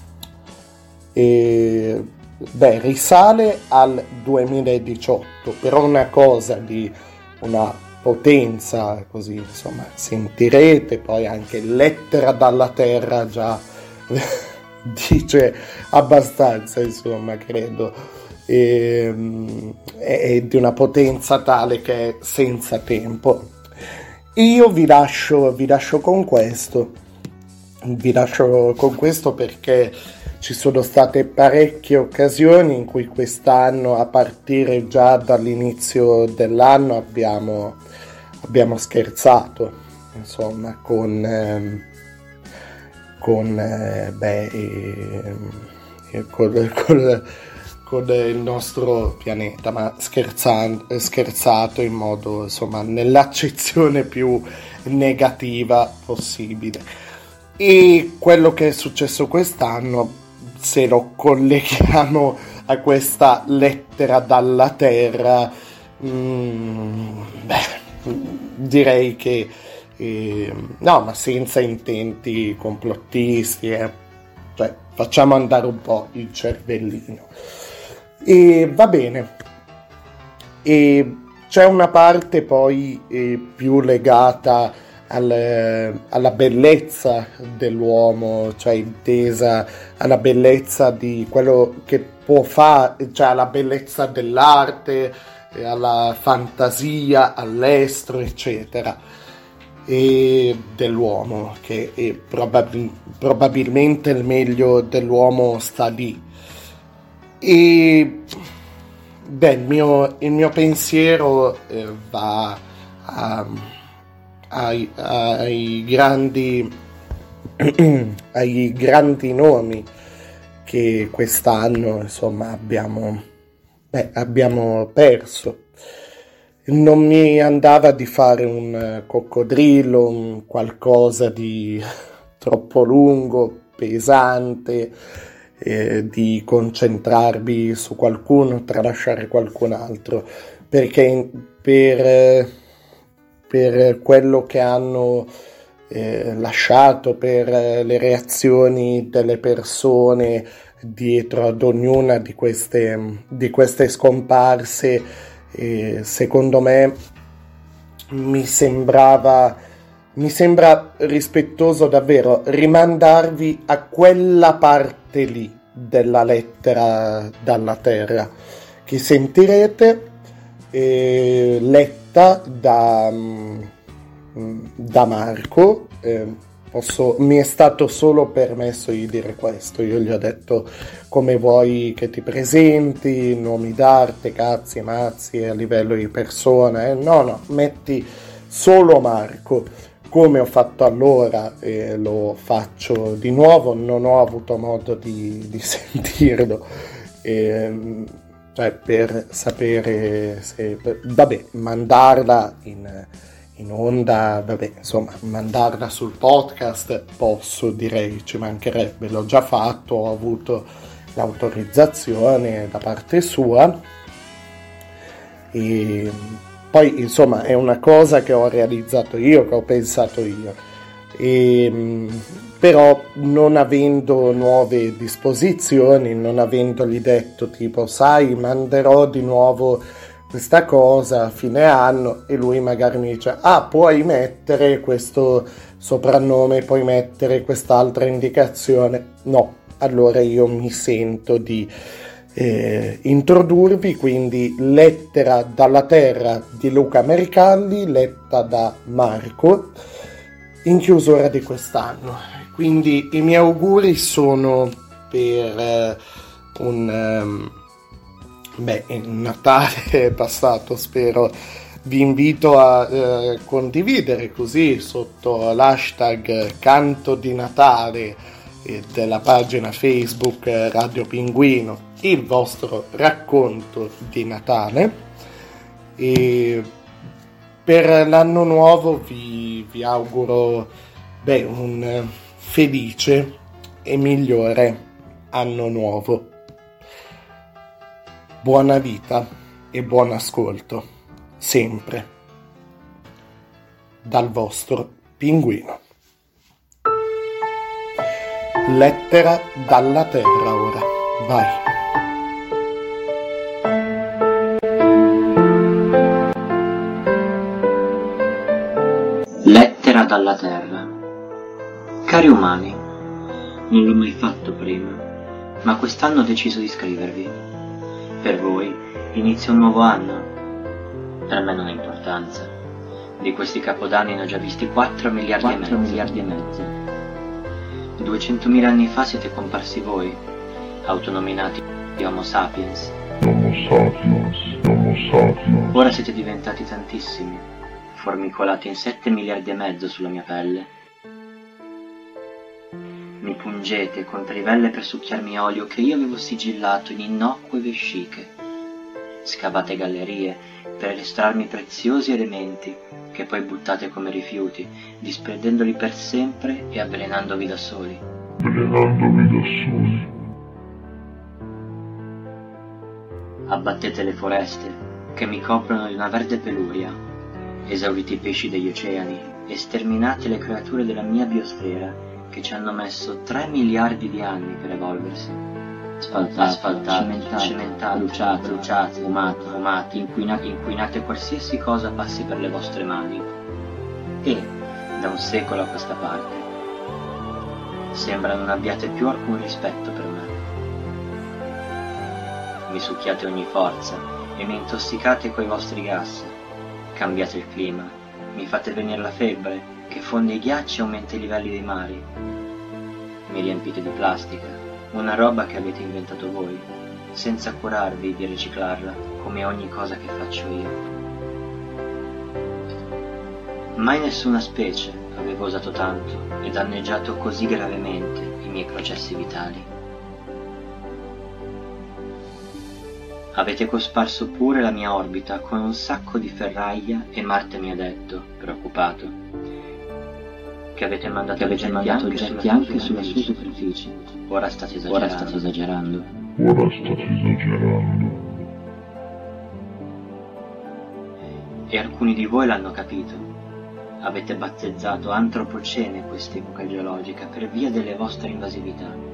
risale al 2018, però una cosa di una potenza, così, insomma, sentirete poi anche Lettera dalla Terra già dice abbastanza, insomma, credo, è di una potenza tale che è senza tempo. Io vi lascio con questo perché ci sono state parecchie occasioni in cui quest'anno, a partire già dall'inizio dell'anno, abbiamo scherzato, insomma, con con il nostro pianeta, ma scherzato in modo, insomma, nell'accezione più negativa possibile. E quello che è successo quest'anno, se lo colleghiamo a questa lettera dalla Terra, direi che no, ma senza intenti complottisti, cioè facciamo andare un po' il cervellino. E va bene. E c'è una parte poi più legata alla bellezza dell'uomo, cioè intesa alla bellezza di quello che può fare, cioè alla bellezza dell'arte, alla fantasia, all'estro, eccetera, e dell'uomo, che probabilmente il meglio dell'uomo sta lì. E il mio pensiero va ai grandi nomi che quest'anno, insomma, abbiamo perso. Non mi andava di fare un coccodrillo, un qualcosa di troppo lungo, pesante, di concentrarmi su qualcuno, tralasciare qualcun altro, perché per quello che hanno lasciato, per le reazioni delle persone dietro ad ognuna di queste scomparse, secondo me mi sembra rispettoso davvero rimandarvi a quella parte lì della lettera dalla Terra che sentirete letta da Marco. Mi è stato solo permesso di dire questo. Io gli ho detto: come vuoi che ti presenti, nomi d'arte, cazzi e mazzi a livello di persona, no, metti solo Marco, come ho fatto allora, e lo faccio di nuovo. Non ho avuto modo di sentirlo, cioè per sapere se mandarla in onda, insomma, mandarla sul podcast posso, direi, ci mancherebbe, l'ho già fatto, ho avuto l'autorizzazione da parte sua, e poi insomma è una cosa che ho realizzato io, che ho pensato io, però non avendo nuove disposizioni, non avendogli detto tipo, sai, manderò di nuovo questa cosa a fine anno, e lui magari mi dice: puoi mettere questo soprannome, puoi mettere quest'altra indicazione. No, allora io mi sento di introdurvi, quindi lettera dalla Terra di Luca Mercalli, letta da Marco, in chiusura di quest'anno. Quindi i miei auguri sono per il Natale è passato, spero. Vi invito a condividere così sotto l'hashtag Canto di Natale della pagina Facebook Radio Pinguino il vostro racconto di Natale, e per l'anno nuovo vi auguro un felice e migliore anno nuovo. Buona vita e buon ascolto, sempre, dal vostro Pinguino. Lettera dalla Terra ora, vai. Lettera dalla Terra. Cari umani, non l'ho mai fatto prima, ma quest'anno ho deciso di scrivervi. Per voi inizia un nuovo anno. Per me non ha importanza. Di questi capodanni ne ho già visti 4 miliardi e mezzo. 200.000 anni fa siete comparsi voi, autonominati Homo sapiens. Ora siete diventati tantissimi, formicolati in 7 miliardi e mezzo sulla mia pelle. Mi mi pungete con trivelle per succhiarmi olio che io avevo sigillato in innocue vesciche. Scavate gallerie per estrarmi preziosi elementi che poi buttate come rifiuti, disprendendoli per sempre e avvelenandovi da soli. Abbattete le foreste che mi coprono di una verde peluria, esaurite i pesci degli oceani e sterminate le creature della mia biosfera che ci hanno messo 3 miliardi di anni per evolversi. Asfaltate, cementate, bruciate, fumate, inquinate qualsiasi cosa passi per le vostre mani. E, da un secolo a questa parte, sembra non abbiate più alcun rispetto per me. Mi succhiate ogni forza e mi intossicate coi vostri gas. Cambiate il clima, mi fate venire la febbre che fonde i ghiacci e aumenta i livelli dei mari. Mi riempite di plastica, una roba che avete inventato voi, senza curarvi di riciclarla come ogni cosa che faccio io. Mai nessuna specie aveva usato tanto e danneggiato così gravemente i miei processi vitali. Avete cosparso pure la mia orbita con un sacco di ferraglia e Marte mi ha detto, preoccupato, che avete mandato oggetti anche sulla sua superficie. Ora state esagerando. E alcuni di voi l'hanno capito. Avete battezzato antropocene quest'epoca geologica per via delle vostre invasività.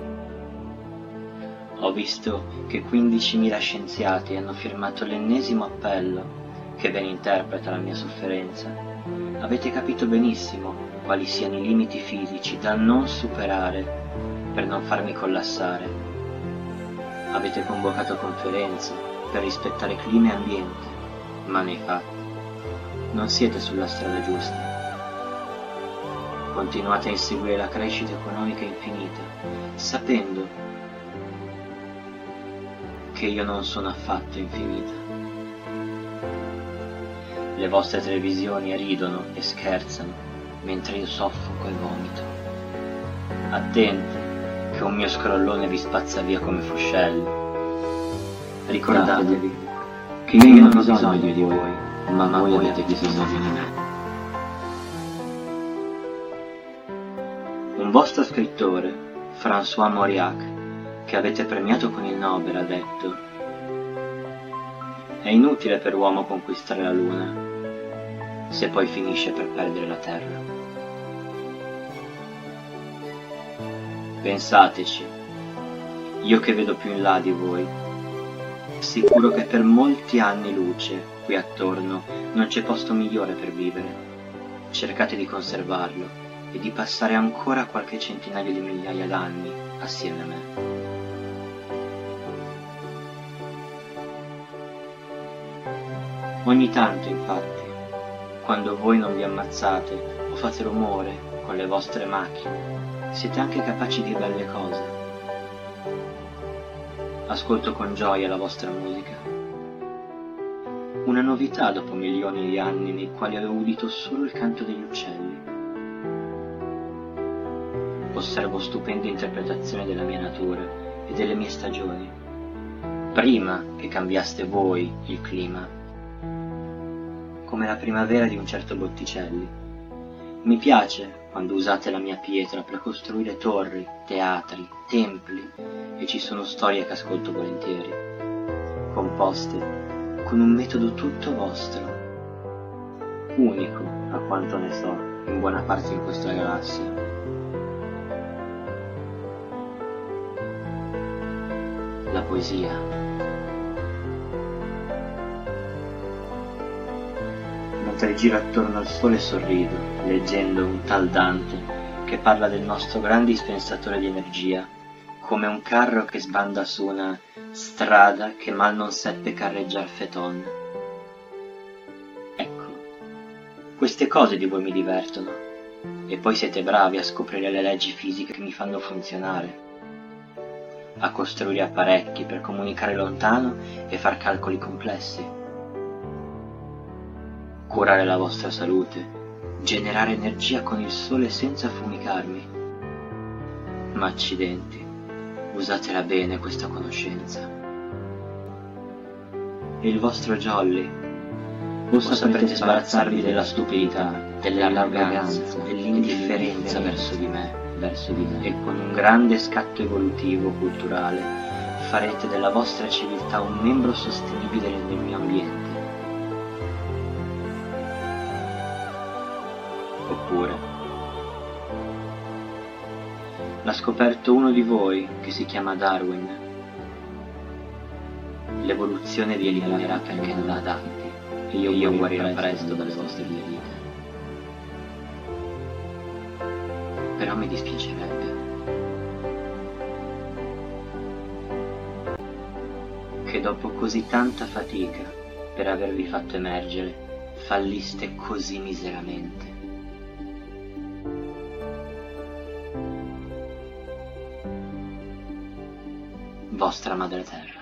Ho visto che 15.000 scienziati hanno firmato l'ennesimo appello che ben interpreta la mia sofferenza. Avete capito benissimo quali siano i limiti fisici da non superare per non farmi collassare. Avete convocato conferenze per rispettare clima e ambiente, ma nei fatti non siete sulla strada giusta. Continuate a inseguire la crescita economica infinita, sapendo che io non sono affatto infinita. Le vostre televisioni ridono e scherzano mentre io soffoco e vomito. Attenti che un mio scrollone vi spazza via come fuscello. Ricordatevi che io non ho bisogno di voi, ma voi avete bisogno di me. Un vostro scrittore, François Mauriac, che avete premiato con il Nobel, ha detto: è inutile per l'uomo conquistare la Luna se poi finisce per perdere la Terra. Pensateci, io che vedo più in là di voi, sicuro che per molti anni luce qui attorno non c'è posto migliore per vivere. Cercate di conservarlo e di passare ancora qualche centinaio di migliaia d'anni assieme a me. Ogni tanto, infatti, quando voi non vi ammazzate o fate rumore con le vostre macchine, siete anche capaci di belle cose. Ascolto con gioia la vostra musica. Una novità dopo milioni di anni nei quali avevo udito solo il canto degli uccelli. Osservo stupende interpretazioni della mia natura e delle mie stagioni, prima che cambiaste voi il clima, come la primavera di un certo Botticelli. Mi piace quando usate la mia pietra per costruire torri, teatri, templi, e ci sono storie che ascolto volentieri, composte con un metodo tutto vostro, unico a quanto ne so in buona parte in questa galassia. La poesia. Mentre giro attorno al sole sorrido, leggendo un tal Dante che parla del nostro grande dispensatore di energia, come un carro che sbanda su una strada che mal non seppe carreggiar Feton. Ecco, queste cose di voi mi divertono, e poi siete bravi a scoprire le leggi fisiche che mi fanno funzionare, a costruire apparecchi per comunicare lontano e far calcoli complessi. Curare la vostra salute, generare energia con il sole senza affumicarmi. Ma accidenti, usatela bene questa conoscenza. E il vostro Jolly? O saprete sbarazzarvi della stupidità, dell'arroganza, dell'indifferenza verso di me, e con un grande scatto evolutivo culturale farete della vostra civiltà un membro sostenibile del mio ambiente. Oppure l'ha scoperto uno di voi che si chiama Darwin. L'evoluzione vi eliminerà perché non adatti e io guarirò presto dalle vostre ferite. Però mi dispiacerebbe che dopo così tanta fatica per avervi fatto emergere, falliste così miseramente. Vostra madre terra.